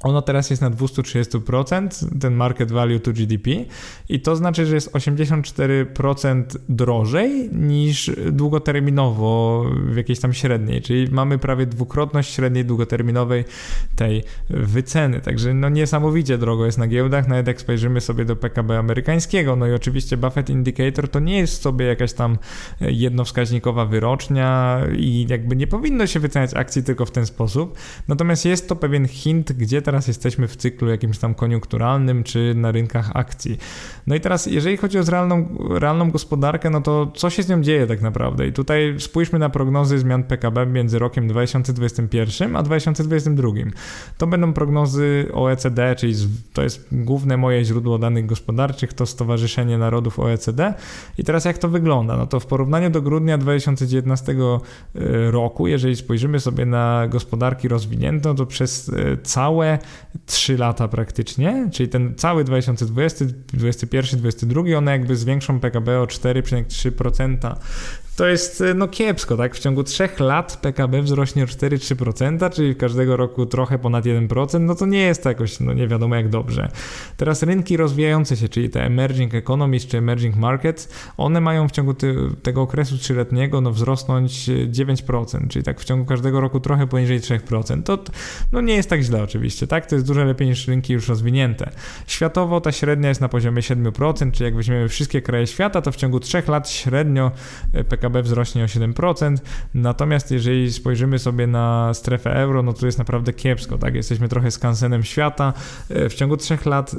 Ono teraz jest na 230%, ten market value to GDP i to znaczy, że jest 84% drożej niż długoterminowo w jakiejś tam średniej, czyli mamy prawie dwukrotność średniej długoterminowej tej wyceny, także no niesamowicie drogo jest na giełdach, nawet jak spojrzymy sobie do PKB amerykańskiego, no i oczywiście Buffett Indicator to nie jest sobie jakaś tam jednowskaźnikowa wyrocznia i jakby nie powinno się wyceniać akcji tylko w ten sposób, natomiast jest to pewien hint, gdzie teraz jesteśmy w cyklu jakimś tam koniunkturalnym, czy na rynkach akcji. No i teraz, jeżeli chodzi o realną gospodarkę, no to co się z nią dzieje tak naprawdę? I tutaj spójrzmy na prognozy zmian PKB między rokiem 2021 a 2022. To będą prognozy OECD, czyli to jest główne moje źródło danych gospodarczych, to Stowarzyszenie Narodów OECD. I teraz jak to wygląda? No to w porównaniu do grudnia 2019 roku, jeżeli spojrzymy sobie na gospodarki rozwinięte, no to przez całe 3 lata praktycznie, czyli ten cały 2020, 2021, 2022, one jakby zwiększą PKB o 4,3%. To jest no kiepsko, tak? W ciągu 3 lat PKB wzrośnie o 4-3%, czyli każdego roku trochę ponad 1%, no to nie jest to jakoś, no nie wiadomo jak dobrze. Teraz rynki rozwijające się, czyli te emerging economies czy emerging markets, one mają w ciągu tego okresu 3-letniego no wzrosnąć 9%, czyli tak w ciągu każdego roku trochę poniżej 3%. To no nie jest tak źle oczywiście, tak? To jest dużo lepiej niż rynki już rozwinięte. Światowo ta średnia jest na poziomie 7%, czyli jak weźmiemy wszystkie kraje świata, to w ciągu 3 lat średnio PKB wzrośnie o 7%, natomiast jeżeli spojrzymy sobie na strefę euro, no to jest naprawdę kiepsko, tak? Jesteśmy trochę skansenem świata, w ciągu 3 lat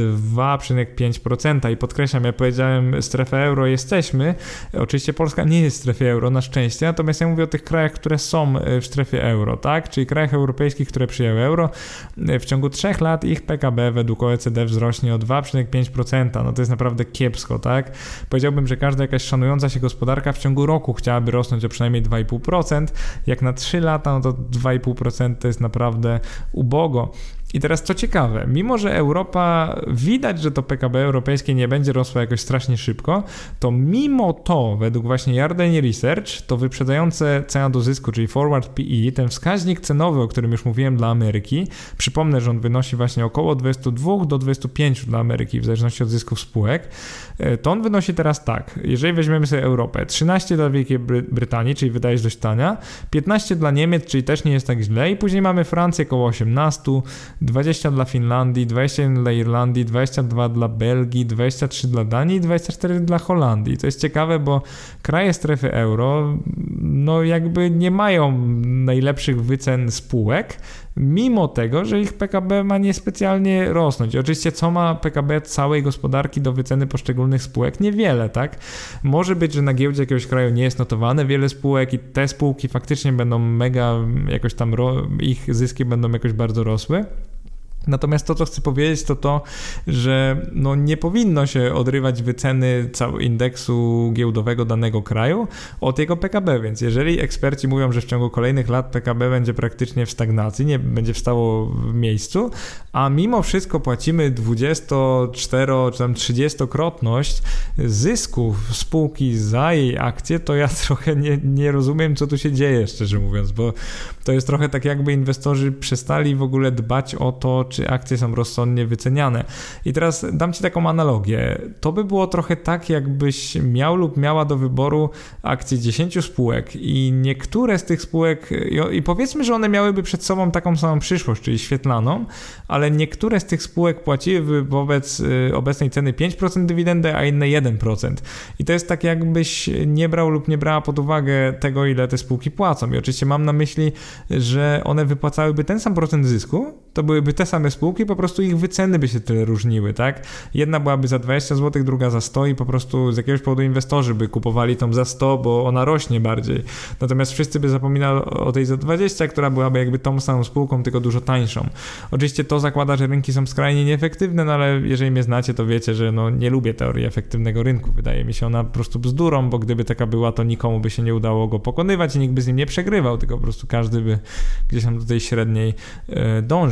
2,5% i podkreślam, ja powiedziałem strefę euro jesteśmy, oczywiście Polska nie jest w strefie euro, na szczęście, natomiast ja mówię o tych krajach, które są w strefie euro, tak? Czyli krajach europejskich, które przyjęły euro, w ciągu 3 lat ich PKB według OECD wzrośnie o 2,5%, no to jest naprawdę kiepsko, tak? Powiedziałbym, że każda jakaś szanująca się gospodarka w ciągu roku chciałaby rosnąć o przynajmniej 2,5%, jak na 3 lata, no to 2,5% to jest naprawdę ubogo. I teraz co ciekawe, mimo że Europa, widać, że to PKB europejskie nie będzie rosło jakoś strasznie szybko, to mimo to według właśnie Yardeni Research to wyprzedzające cena do zysku, czyli forward PE, ten wskaźnik cenowy, o którym już mówiłem dla Ameryki, przypomnę, że on wynosi właśnie około 22 do 25 dla Ameryki w zależności od zysków spółek, to on wynosi teraz tak, jeżeli weźmiemy sobie Europę, 13 dla Wielkiej Brytanii, czyli wydaje się dość tania, 15 dla Niemiec, czyli też nie jest tak źle i później mamy Francję około 18, 20 dla Finlandii, 21 dla Irlandii, 22 dla Belgii, 23 dla Danii i 24 dla Holandii. To jest ciekawe, bo kraje strefy euro no jakby nie mają najlepszych wycen spółek, mimo tego, że ich PKB ma niespecjalnie rosnąć. Oczywiście co ma PKB całej gospodarki do wyceny poszczególnych spółek? Niewiele, tak? Może być, że na giełdzie jakiegoś kraju nie jest notowane wiele spółek i te spółki faktycznie będą mega jakoś tam, ich zyski będą jakoś bardzo rosły. Natomiast to, co chcę powiedzieć, to to, że no nie powinno się odrywać wyceny całego indeksu giełdowego danego kraju od jego PKB, więc jeżeli eksperci mówią, że w ciągu kolejnych lat PKB będzie praktycznie w stagnacji, nie będzie wstało w miejscu, a mimo wszystko płacimy 24 czy tam 30-krotność zysków spółki za jej akcje, to ja trochę nie rozumiem, co tu się dzieje, szczerze mówiąc, bo to jest trochę tak, jakby inwestorzy przestali w ogóle dbać o to, czy akcje są rozsądnie wyceniane. I teraz dam Ci taką analogię. To by było trochę tak, jakbyś miał lub miała do wyboru akcje 10 spółek i niektóre z tych spółek, i powiedzmy, że one miałyby przed sobą taką samą przyszłość, czyli świetlaną, ale niektóre z tych spółek płaciłyby wobec obecnej ceny 5% dywidendy, a inne 1%. I to jest tak, jakbyś nie brał lub nie brała pod uwagę tego, ile te spółki płacą. I oczywiście mam na myśli, że one wypłacałyby ten sam procent zysku, to byłyby te same spółki, po prostu ich wyceny by się tyle różniły, tak? Jedna byłaby za 20 zł, druga za 100 i po prostu z jakiegoś powodu inwestorzy by kupowali tą za 100, bo ona rośnie bardziej. Natomiast wszyscy by zapominali o tej za 20, która byłaby jakby tą samą spółką, tylko dużo tańszą. Oczywiście to zakłada, że rynki są skrajnie nieefektywne, no ale jeżeli mnie znacie, to wiecie, że no nie lubię teorii efektywnego rynku. Wydaje mi się ona po prostu bzdurą, bo gdyby taka była, to nikomu by się nie udało go pokonywać i nikt by z nim nie przegrywał, tylko po prostu każdy by gdzieś tam do tej średniej dążył.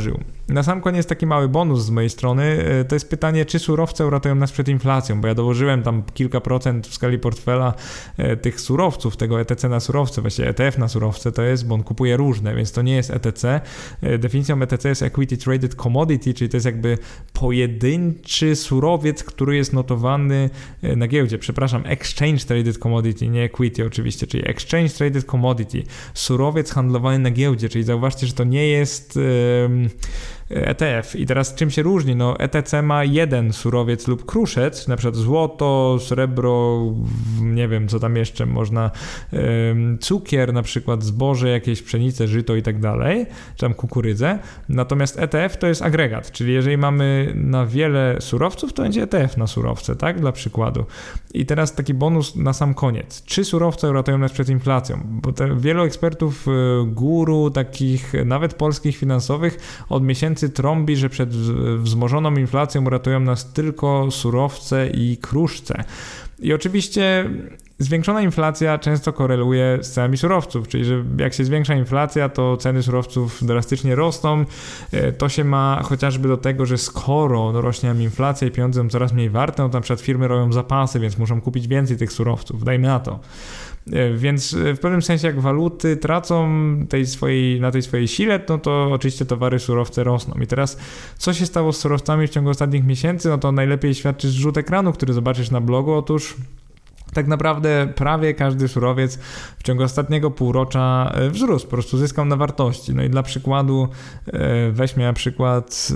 na sam koniec taki mały bonus z mojej strony, to jest pytanie, czy surowce uratują nas przed inflacją, bo ja dołożyłem tam kilka procent w skali portfela tych surowców, tego ETC na surowce, właściwie ETF na surowce to jest, bo on kupuje różne, więc to nie jest ETC. Definicją ETC jest Equity Traded Commodity, czyli to jest jakby pojedynczy surowiec, który jest notowany na giełdzie, Exchange Traded Commodity, nie Equity oczywiście, czyli Exchange Traded Commodity, surowiec handlowany na giełdzie, czyli zauważcie, że to nie jest ETF. I teraz czym się różni? No ETC ma jeden surowiec lub kruszec, na przykład złoto, srebro, nie wiem co tam jeszcze można, cukier, na przykład zboże, jakieś pszenice, żyto i tak dalej, czy tam kukurydzę. Natomiast ETF to jest agregat, czyli jeżeli mamy na wiele surowców, to będzie ETF na surowce, tak? Dla przykładu. I teraz taki bonus na sam koniec. Czy surowce uratują nas przed inflacją? Bo wielu ekspertów guru, takich nawet polskich finansowych od miesięcy trąbi, że przed wzmożoną inflacją uratują nas tylko surowce i kruszce. I oczywiście zwiększona inflacja często koreluje z cenami surowców, czyli że jak się zwiększa inflacja, to ceny surowców drastycznie rosną. To się ma chociażby do tego, że skoro rośnie nam inflacja i pieniądze są coraz mniej warte, no to na przykład firmy robią zapasy, więc muszą kupić więcej tych surowców, dajmy na to. Więc w pewnym sensie jak waluty tracą na tej swojej sile, no to oczywiście towary, surowce rosną. I teraz co się stało z surowcami w ciągu ostatnich miesięcy, no to najlepiej świadczy zrzut ekranu, który zobaczysz na blogu. Otóż tak naprawdę prawie każdy surowiec w ciągu ostatniego półrocza wzrósł, po prostu zyskał na wartości. No i dla przykładu weźmy na przykład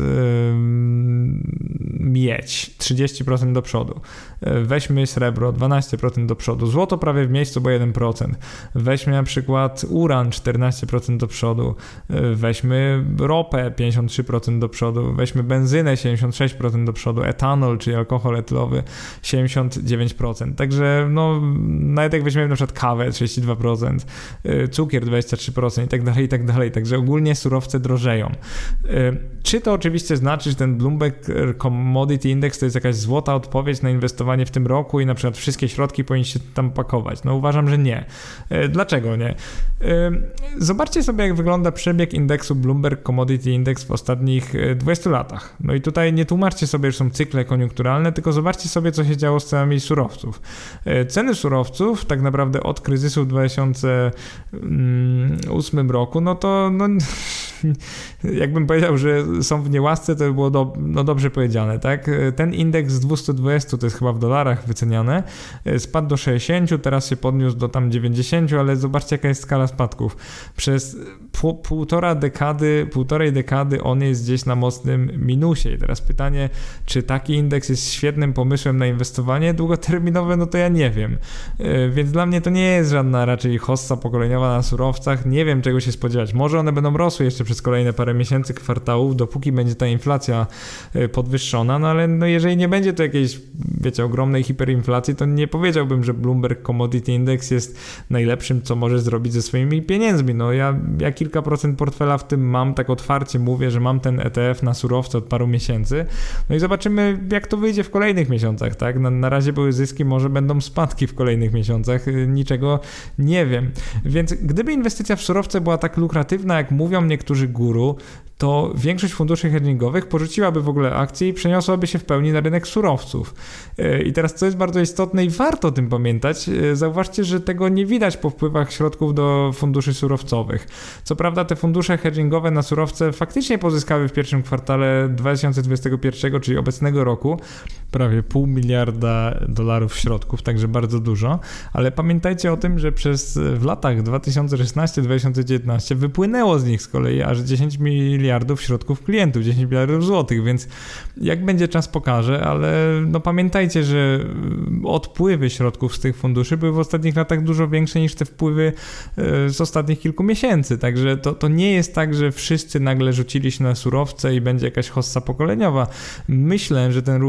miedź 30% do przodu, weźmy srebro 12% do przodu, złoto prawie w miejscu, bo 1%, weźmy na przykład uran 14% do przodu, weźmy ropę 53% do przodu, weźmy benzynę 76% do przodu, etanol, czyli alkohol etylowy 79%. Także no, nawet jak weźmiemy na przykład kawę 32%, cukier 23% i tak dalej. Także ogólnie surowce drożeją. Czy to oczywiście znaczy, że ten Bloomberg Commodity Index to jest jakaś złota odpowiedź na inwestowanie w tym roku i na przykład wszystkie środki powinniście tam pakować? No uważam, że nie. Dlaczego nie? Zobaczcie sobie, jak wygląda przebieg indeksu Bloomberg Commodity Index w ostatnich 20 latach. No i tutaj nie tłumaczcie sobie, że są cykle koniunkturalne, tylko zobaczcie sobie, co się działo z cenami surowców. Ceny surowców tak naprawdę od kryzysu w 2008 roku, no to jakbym powiedział, że są w niełasce, to by było dobrze powiedziane, tak? Ten indeks z 220, to jest chyba w dolarach wyceniane, spadł do 60, teraz się podniósł do tam 90, ale zobaczcie, jaka jest skala spadków. Przez półtorej dekady on jest gdzieś na mocnym minusie. I teraz pytanie, czy taki indeks jest świetnym pomysłem na inwestowanie długoterminowe, no to ja nie wiem. Więc dla mnie to nie jest żadna raczej hossa pokoleniowa na surowcach. Nie wiem, czego się spodziewać. Może one będą rosły jeszcze przez kolejne parę miesięcy, kwartałów, dopóki będzie ta inflacja podwyższona, no ale no jeżeli nie będzie to jakiejś, wiecie, ogromnej hiperinflacji, to nie powiedziałbym, że Bloomberg Commodity Index jest najlepszym, co może zrobić ze swoimi pieniędzmi. No ja kilka procent portfela w tym mam, tak otwarcie mówię, że mam ten ETF na surowce od paru miesięcy. No i zobaczymy, jak to wyjdzie w kolejnych miesiącach, tak? Na razie były zyski, może będą spadki w kolejnych miesiącach, niczego nie wiem. Więc gdyby inwestycja w surowce była tak lukratywna, jak mówią niektórzy guru, to większość funduszy hedgingowych porzuciłaby w ogóle akcje i przeniosłaby się w pełni na rynek surowców. I teraz, co jest bardzo istotne i warto o tym pamiętać, zauważcie, że tego nie widać po wpływach środków do funduszy surowcowych. Co prawda te fundusze hedgingowe na surowce faktycznie pozyskały w pierwszym kwartale 2021, czyli obecnego roku, prawie $500 miliarda środków, także bardzo dużo, ale pamiętajcie o tym, że w latach 2016-2019 wypłynęło z nich z kolei aż 10 miliardów środków klientów, 10 miliardów złotych, więc jak będzie czas pokaże, ale no pamiętajcie, że odpływy środków z tych funduszy były w ostatnich latach dużo większe niż te wpływy z ostatnich kilku miesięcy, także to nie jest tak, że wszyscy nagle rzucili się na surowce i będzie jakaś hossa pokoleniowa. Myślę, że ten ruch jest bardziej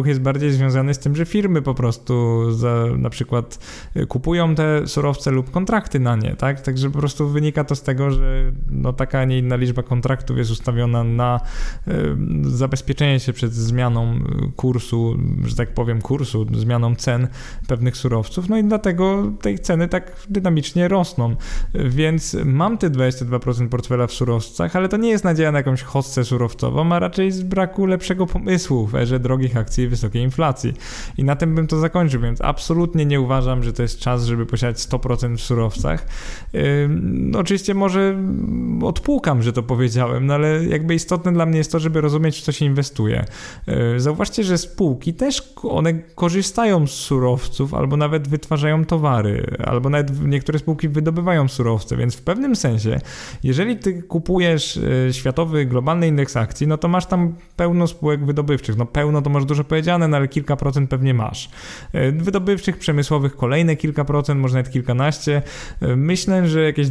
jest związany z tym, że firmy po prostu na przykład kupują te surowce lub kontrakty na nie, tak? Także po prostu wynika to z tego, że no taka, a nie inna liczba kontraktów jest ustawiona na zabezpieczenie się przed zmianą kursu, że tak powiem zmianą cen pewnych surowców, no i dlatego tej ceny tak dynamicznie rosną. Więc mam te 22% portfela w surowcach, ale to nie jest nadzieja na jakąś hossę surowcową, a raczej z braku lepszego pomysłu w erze drogich akcji i wysokiej inflacji. I na tym bym to zakończył, więc absolutnie nie uważam, że to jest czas, żeby posiadać 100% w surowcach. Oczywiście może odpłukam, że to powiedziałem, no ale jakby istotne dla mnie jest to, żeby rozumieć, w co się inwestuje. Zauważcie, że spółki też one korzystają z surowców, albo nawet wytwarzają towary, albo nawet niektóre spółki wydobywają surowce, więc w pewnym sensie, jeżeli ty kupujesz światowy, globalny indeks akcji, no to masz tam pełno spółek wydobywczych. No pełno to może dużo powiedziane, no ale kilka procent pewnie masz. Wydobywczych, przemysłowych kolejne kilka procent, może nawet kilkanaście. Myślę, że jakieś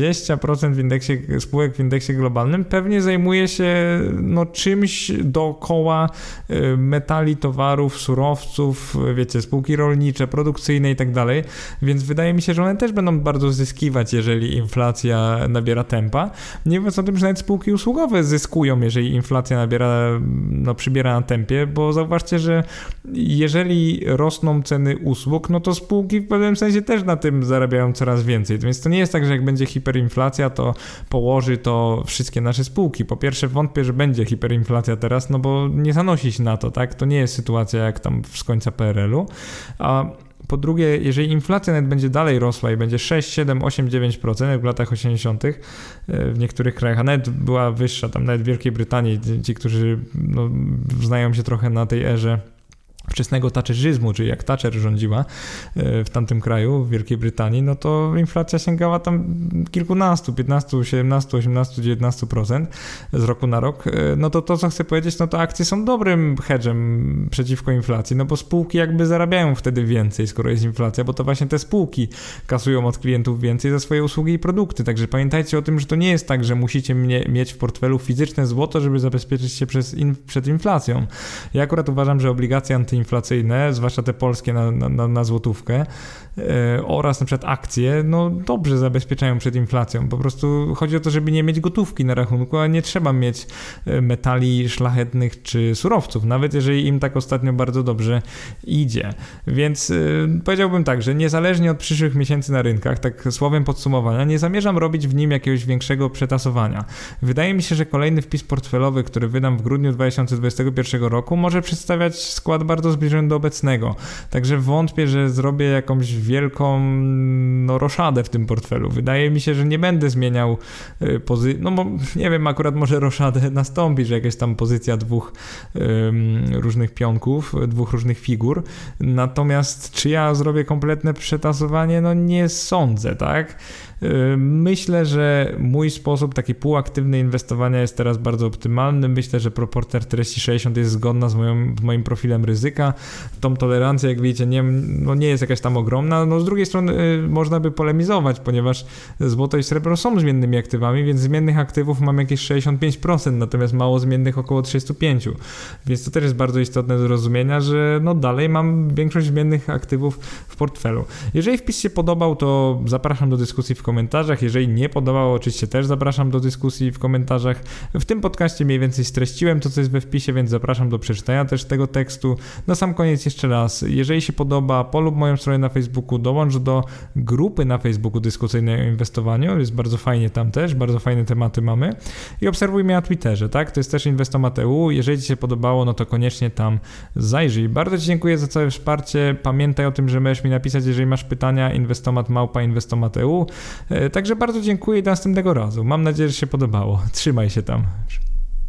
20% spółek w indeksie globalnym pewnie zajmuje się no czymś dookoła metali, towarów, surowców, wiecie, spółki rolnicze, produkcyjne i tak dalej, więc wydaje mi się, że one też będą bardzo zyskiwać, jeżeli inflacja nabiera tempa. Nie mówiąc o tym, że nawet spółki usługowe zyskują, jeżeli inflacja przybiera na tempie, bo zauważcie, że jeżeli rosną ceny usług, no to spółki w pewnym sensie też na tym zarabiają coraz więcej, więc to nie jest tak, że jak będzie hiperinflacja, to położy to wszystkie nasze spółki. Po pierwsze wątpię, że będzie hiperinflacja teraz, no bo nie zanosi się na to, tak? To nie jest sytuacja jak tam z końca PRL-u, a po drugie, jeżeli inflacja nawet będzie dalej rosła i będzie 6, 7, 8, 9% jak w latach 80. w niektórych krajach, a nawet była wyższa, tam nawet w Wielkiej Brytanii, ci, którzy znają się trochę na tej erze wczesnego thatcheryzmu, czyli jak Thatcher rządziła w tamtym kraju, w Wielkiej Brytanii, no to inflacja sięgała tam kilkunastu, 15, 17, 18, 19% z roku na rok. No to co chcę powiedzieć, no to akcje są dobrym hedżem przeciwko inflacji, no bo spółki jakby zarabiają wtedy więcej, skoro jest inflacja, bo to właśnie te spółki kasują od klientów więcej za swoje usługi i produkty. Także pamiętajcie o tym, że to nie jest tak, że musicie mieć w portfelu fizyczne złoto, żeby zabezpieczyć się przed inflacją. Ja akurat uważam, że obligacje antyinflacyjne, zwłaszcza te polskie na złotówkę oraz na przykład akcje, no dobrze zabezpieczają przed inflacją. Po prostu chodzi o to, żeby nie mieć gotówki na rachunku, a nie trzeba mieć metali szlachetnych czy surowców, nawet jeżeli im tak ostatnio bardzo dobrze idzie. Więc powiedziałbym tak, że niezależnie od przyszłych miesięcy na rynkach, tak słowem podsumowania, nie zamierzam robić w nim jakiegoś większego przetasowania. Wydaje mi się, że kolejny wpis portfelowy, który wydam w grudniu 2021 roku, może przedstawiać skład bardzo zbliżony do obecnego. Także wątpię, że zrobię jakąś wielką roszadę w tym portfelu. Wydaje mi się, że nie będę zmieniał pozycji, no bo nie wiem, akurat może roszadę nastąpi, że jakaś tam pozycja dwóch różnych pionków, dwóch różnych figur. Natomiast czy ja zrobię kompletne przetasowanie? No nie sądzę, tak? Myślę, że mój sposób taki półaktywny inwestowania jest teraz bardzo optymalny. Myślę, że proporcja 40-60 jest zgodna z moim profilem ryzyka. Tą tolerancję, jak widzicie, nie jest jakaś tam ogromna. No z drugiej strony można by polemizować, ponieważ złoto i srebro są zmiennymi aktywami, więc zmiennych aktywów mam jakieś 65%, natomiast mało zmiennych około 35%. Więc to też jest bardzo istotne do zrozumienia, że no dalej mam większość zmiennych aktywów w portfelu. Jeżeli wpis się podobał, to zapraszam do dyskusji w komentarzach. Jeżeli nie podobało, oczywiście też zapraszam do dyskusji w komentarzach. W tym podcaście mniej więcej streściłem to, co jest we wpisie, więc zapraszam do przeczytania też tego tekstu. Na sam koniec jeszcze raz, jeżeli się podoba, polub moją stronę na Facebooku, dołącz do grupy na Facebooku dyskusyjnej o inwestowaniu, jest bardzo fajnie tam też, bardzo fajne tematy mamy i obserwuj mnie na Twitterze, tak? To jest też Inwestomat.eu. Jeżeli Ci się podobało, no to koniecznie tam zajrzyj. Bardzo Ci dziękuję za całe wsparcie. Pamiętaj o tym, że możesz mi napisać, jeżeli masz pytania, inwestomat@inwestomat.eu. Także bardzo dziękuję i do następnego razu. Mam nadzieję, że się podobało. Trzymaj się tam.